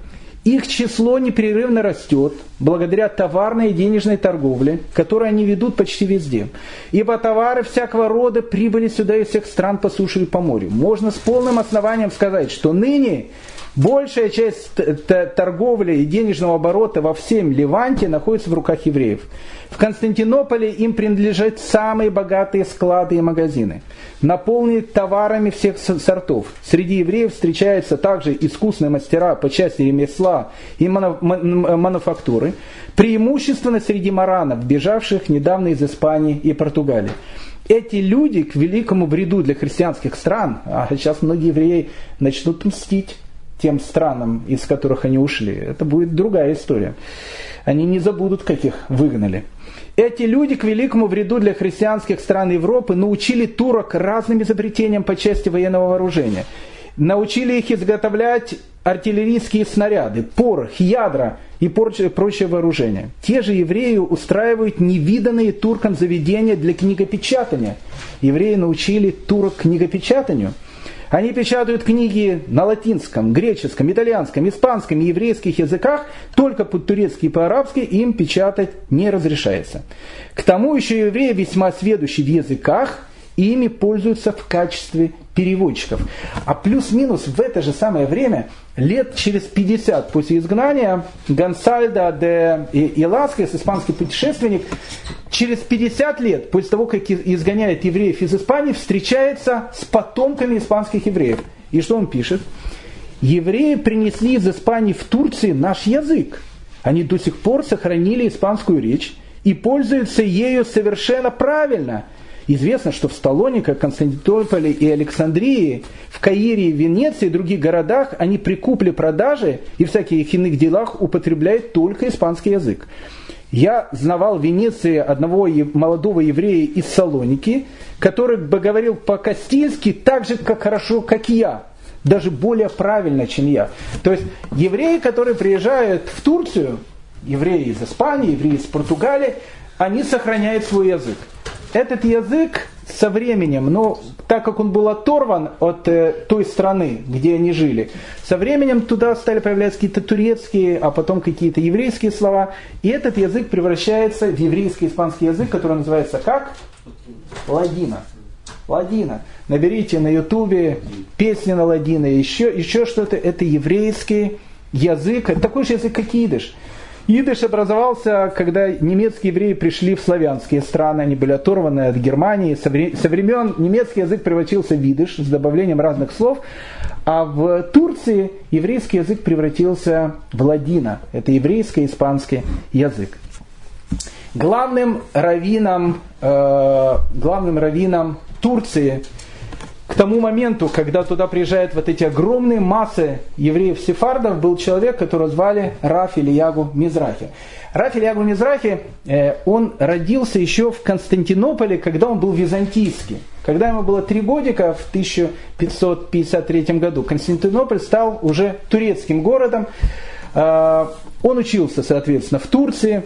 S1: Их число непрерывно растет благодаря товарной и денежной торговле, которую они ведут почти везде. Ибо товары всякого рода прибыли сюда из всех стран по суше и по морю. Можно с полным основанием сказать, что ныне большая часть торговли и денежного оборота во всем Леванте находится в руках евреев. В Константинополе им принадлежат самые богатые склады и магазины, наполненные товарами всех сортов. Среди евреев встречаются также искусные мастера по части ремесла и мануфактуры, преимущественно среди маранов, бежавших недавно из Испании и Португалии. Эти люди к великому вреду для христианских стран, а сейчас многие евреи начнут мстить тем странам, из которых они ушли. Это будет другая история. Они не забудут, как их выгнали. Эти люди к великому вреду для христианских стран Европы научили турок разным изобретениям по части военного вооружения. Научили их изготовлять артиллерийские снаряды, порох, ядра и прочее, прочее вооружение. Те же евреи устраивают невиданные туркам заведения для книгопечатания. Евреи научили турок книгопечатанию. Они печатают книги на латинском, греческом, итальянском, испанском и еврейских языках, только по-турецки и по-арабски им печатать не разрешается. К тому еще евреи весьма сведущи в языках, и ими пользуются в качестве переводчиков. А плюс-минус в это же самое время, лет через пятьдесят после изгнания, Гонсальдо де Иласкес, испанский путешественник, через пятьдесят лет после того, как изгоняет евреев из Испании, встречается с потомками испанских евреев. И что он пишет? Евреи принесли из Испании в Турции наш язык. Они до сих пор сохранили испанскую речь и пользуются ею совершенно правильно. Известно, что в Салониках, Константинополе и Александрии, в Каире, Венеции и других городах они при купле-продаже и всяких иных делах употребляют только испанский язык. Я знавал в Венеции одного молодого еврея из Салоники, который бы говорил по-кастильски так же, как хорошо, как и я. Даже более правильно, чем я. То есть евреи, которые приезжают в Турцию, евреи из Испании, евреи из Португалии, они сохраняют свой язык. Этот язык со временем, но так как он был оторван от э, той страны, где они жили, со временем туда стали появляться какие-то турецкие, а потом какие-то еврейские слова, и этот язык превращается в еврейский испанский язык, который называется как? Ладина. Ладина. Наберите на ютубе песни на ладино, еще, еще что-то. Это еврейский язык, это такой же язык, как идиш. Идиш образовался, когда немецкие евреи пришли в славянские страны, они были оторваны от Германии. Со времен немецкий язык превратился в идиш с добавлением разных слов, а в Турции еврейский язык превратился в ладино. Это еврейско-испанский язык. Главным раввином, э, главным раввином Турции к тому моменту, когда туда приезжают вот эти огромные массы евреев-сефардов, был человек, которого звали Рав Ильягу Мизрахи. Рав Ильягу Мизрахи, э, он родился еще в Константинополе, когда он был византийский. Когда ему было три годика, в тысяча пятьсот пятьдесят третьем году, Константинополь стал уже турецким городом. Он учился, соответственно, в Турции.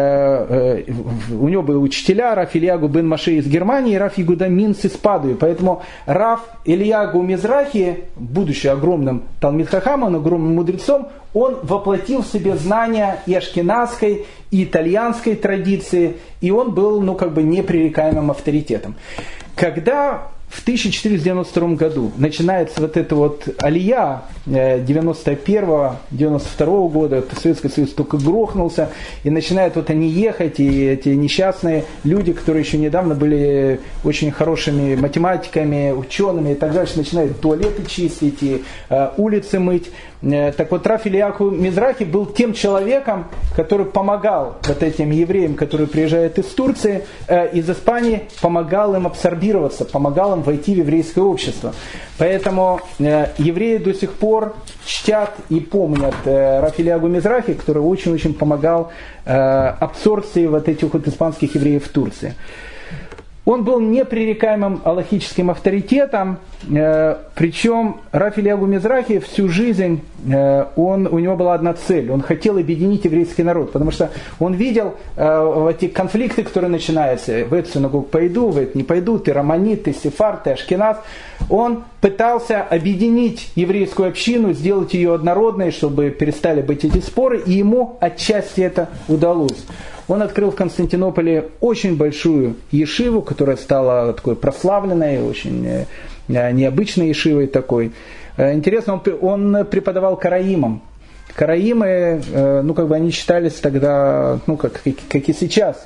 S1: У него были учителя Раф Ильягу бен Маше из Германии и Раф Ягуда Минц из Падуи. Поэтому Раф Ильягу Мизрахи, будучи огромным Талмид Хахамом, огромным мудрецом, он воплотил в себе знания и ашкеназской, и итальянской традиции, и он был, ну, как бы непререкаемым авторитетом. Когда в тысяча четыреста девяносто втором году начинается вот эта вот алия девяносто первого — девяносто второго года, Советский Союз только грохнулся, и начинают вот они ехать, и эти несчастные люди, которые еще недавно были очень хорошими математиками, учеными и так дальше, начинают туалеты чистить и э, улицы мыть. Так вот, Раф Ильягу Мизрахи был тем человеком, который помогал вот этим евреям, которые приезжают из Турции, э, из Испании, помогал им абсорбироваться, помогал им войти в еврейское общество. Поэтому э, евреи до сих пор чтят и помнят э, Раф Ильягу Мизрахи, который очень-очень помогал э, абсорбции вот этих вот испанских евреев в Турции. Он был непререкаемым алахическим авторитетом, э, причем Раф Ильягу Мизрахи всю жизнь, э, он, у него была одна цель, он хотел объединить еврейский народ, потому что он видел э, эти конфликты, которые начинаются, в эту синагогу пойду, в эту не пойду, ты романит, ты сефар, ты ашкеназ. Он пытался объединить еврейскую общину, сделать ее однородной, чтобы перестали быть эти споры, и ему отчасти это удалось. Он открыл в Константинополе очень большую ешиву, которая стала такой прославленной, очень необычной ешивой такой. Интересно, он, он преподавал караимам. Караимы, ну, как бы они считались тогда, ну, как, как и сейчас,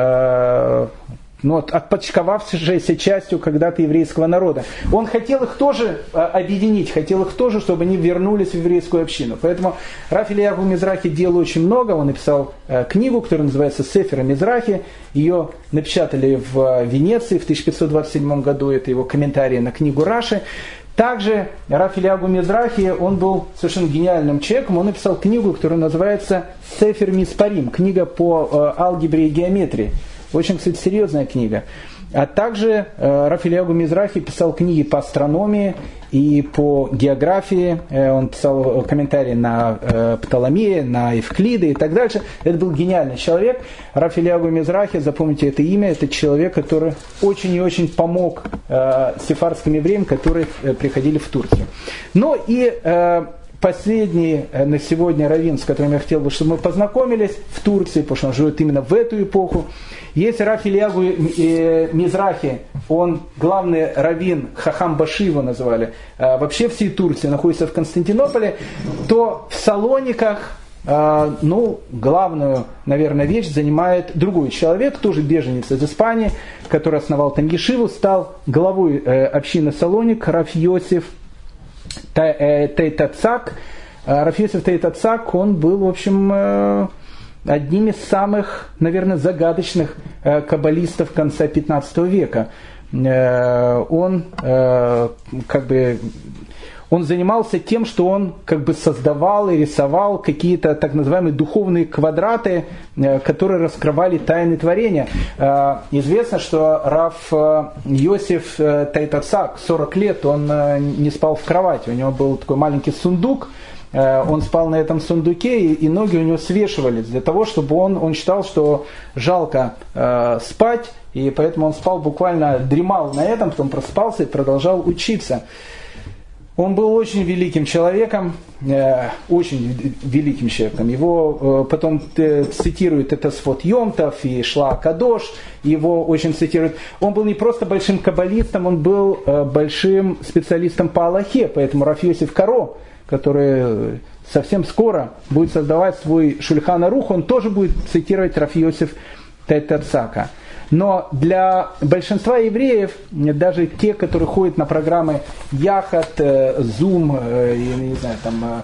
S1: ну, отпочковавшейся частью когда-то еврейского народа. Он хотел их тоже объединить, хотел их тоже, чтобы они вернулись в еврейскую общину. Поэтому Раф Ильягу Мизрахи делал очень много. Он написал книгу, которая называется «Сефер Мизрахи». Ее напечатали в Венеции в тысяча пятьсот двадцать седьмом году. Это его комментарии на книгу Раши. Также Раф Ильягу Мизрахи, он был совершенно гениальным человеком. Он написал книгу, которая называется «Сефер Миспарим», книга по алгебре и геометрии. Очень, кстати, серьезная книга. А также э, Раф Ильягу Мизрахи писал книги по астрономии и по географии. Э, он писал комментарии на э, Птоломея, на Евклида и так дальше. Это был гениальный человек. Раф Ильягу Мизрахи, запомните это имя, это человек, который очень и очень помог э, сефардским евреям, которые э, приходили в Турцию. Ну и... Э, Последний на сегодня раввин, с которым я хотел бы, чтобы мы познакомились в Турции, потому что он живет именно в эту эпоху. Есть Раф Ильягу Мизрахи, он главный раввин, Хахам Баши его называли, вообще всей Турции, находится в Константинополе, то в Салониках, ну, главную, наверное, вещь занимает другой человек, тоже беженец из Испании, который основал там ешиву, стал главой общины Салоник, Раф Йосиф Тейт-Ацак. Раф Йосиф Тейт-Ацак, он был, в общем, одним из самых, наверное, загадочных каббалистов конца пятнадцатого века. Он, как бы, он занимался тем, что он как бы создавал и рисовал какие-то так называемые духовные квадраты, которые раскрывали тайны творения. Известно, что Рав Йосиф Тейт-Ацхак сорок лет он не спал в кровати, у него был такой маленький сундук, он спал на этом сундуке, и ноги у него свешивались для того, чтобы он, он считал, что жалко э, спать, и поэтому он спал буквально, дремал на этом, потом просыпался и продолжал учиться. Он был очень великим человеком, э, очень великим человеком. Его э, потом э, цитируют это Сфот Йомтов и Шла Кадош, его очень цитируют. Он был не просто большим каббалистом, он был э, большим специалистом по Аллахе, поэтому Рав Йосиф Каро, который совсем скоро будет создавать свой Шульхан Арух, он тоже будет цитировать Рав Йосиф Тейт-Ацхака. Но для большинства евреев, даже те, которые ходят на программы Яхат, Zoom, я не знаю, там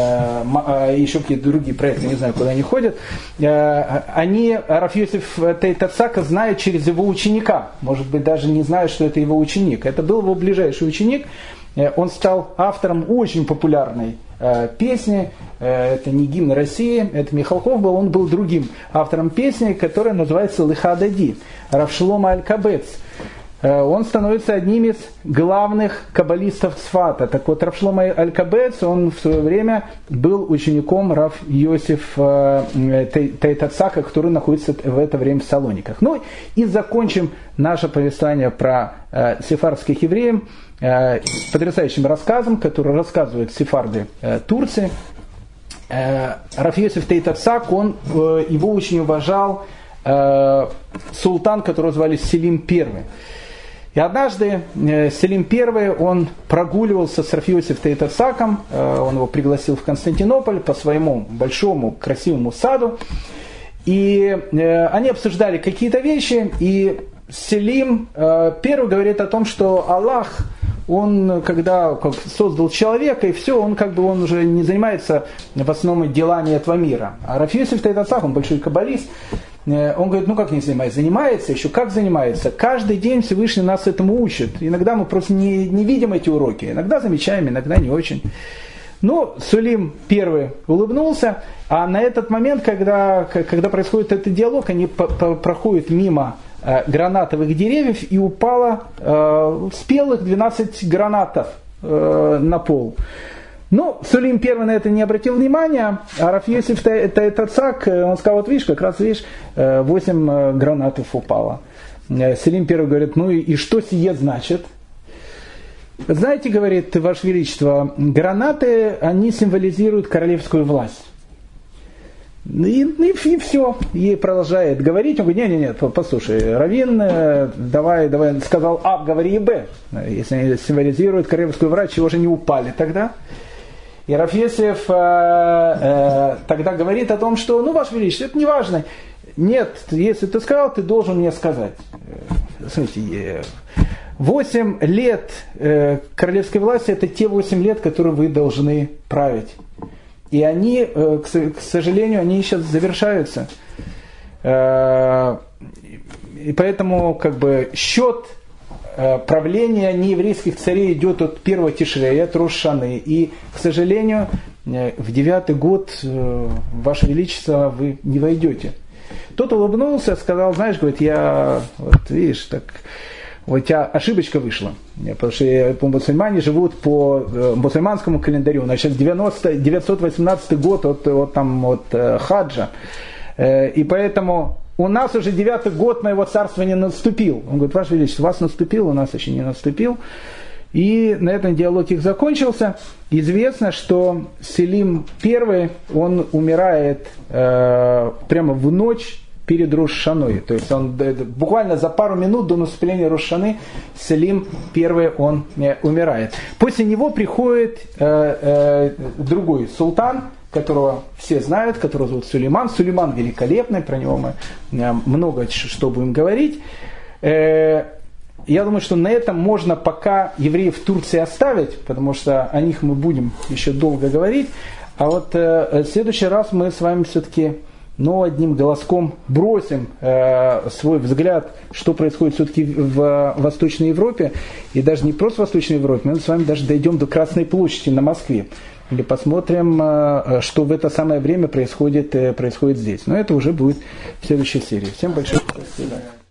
S1: еще какие-то другие проекты, не знаю, куда они ходят, они Рав Йосиф Тейт-Ацхака знают через его ученика. Может быть, даже не знают, что это его ученик. Это был его ближайший ученик. Он стал автором очень популярной э, песни, э, это не гимн России, это Михалков был, он был другим автором песни, которая называется «Леха Дади», Рав Шломо Аль-Кабец. Э, он становится одним из главных каббалистов Цфата. Так вот, Рав Шломо Аль-Кабец, он в свое время был учеником Рав Йосиф э, Тейт-Ацхака, который находится в это время в Салониках. Ну и закончим наше повествование про э, сефардских евреев с потрясающим рассказом, который рассказывают сефарды э, Турции. Э, Рав Йосиф Тейт-Ацхак, он, э, его очень уважал э, султан, которого звали Селим Первый. И однажды э, Селим Первый, он прогуливался с Рав Йосиф Тейт-Ацхаком, э, он его пригласил в Константинополь по своему большому красивому саду, и э, они обсуждали какие-то вещи, и Селим э, Первый говорит о том, что Аллах, он, когда как, создал человека, и все, он как бы он уже не занимается в основном делами этого мира. А Рав Йосиф Тейт-Ацхак, он большой каббалист, он говорит, ну как не занимается? Занимается, еще как занимается. Каждый день Всевышний нас этому учит. Иногда мы просто не, не видим эти уроки. Иногда замечаем, иногда не очень. Ну, Селим Первый улыбнулся, а на этот момент, когда, когда происходит этот диалог, они по- по- проходят мимо гранатовых деревьев, и упало э, спелых двенадцать гранатов э, на пол. Ну, Селим Первый на это не обратил внимания, а Рав Йосиф Тейт-Ацхак, он сказал, вот видишь, как раз видишь, восемь гранатов упало. Селим Первый говорит, ну и, и что сие значит? Знаете, говорит, Ваше Величество, гранаты, они символизируют королевскую власть. И, и, и все, ей продолжает говорить, он говорит, нет, нет, нет, послушай, раввин, давай, давай, сказал А, говори и Б, если они символизируют королевскую власть, чего же не упали тогда? И Рав Йосиф э, э, тогда говорит о том, что, ну, Ваше Величество, это не важно, нет, если ты сказал, ты должен мне сказать. Смотрите, восемь лет э, королевской власти, это те восемь лет, которые вы должны править. И они, к сожалению, они сейчас завершаются. И поэтому как бы счет правления нееврейских царей идет от первого Тишрея, от Рош Шаны. И, к сожалению, в девятый год, Ваше Величество, вы не войдете. Тот улыбнулся, сказал, знаешь, говорит, я, вот видишь, так... У тебя ошибочка вышла, потому что по мусульмане живут по мусульманскому календарю. Значит, девятьсот восемнадцатый год от, от, там, от хаджа. И поэтому у нас уже девятый год моего царства не наступил. Он говорит, Ваше Величество, у вас наступил, у нас еще не наступил. И на этом диалог их закончился. Известно, что Селим Первый, он умирает э, прямо в ночь перед Рош Шаной. То есть он буквально за пару минут до наступления Рош Шаны Селим Первый он умирает. После него приходит э, э, другой султан, которого все знают, которого зовут Сулейман. Сулейман великолепный, про него мы э, много что будем говорить. Э, я думаю, что на этом можно пока евреев в Турции оставить, потому что о них мы будем еще долго говорить. А вот э, в следующий раз мы с вами все-таки но одним голоском бросим э, свой взгляд, что происходит все-таки в Восточной Европе, и даже не просто в Восточной Европе, мы с вами даже дойдем до Красной площади на Москве, или посмотрим, э, что в это самое время происходит, э, происходит здесь. Но это уже будет в следующей серии. Всем большое спасибо.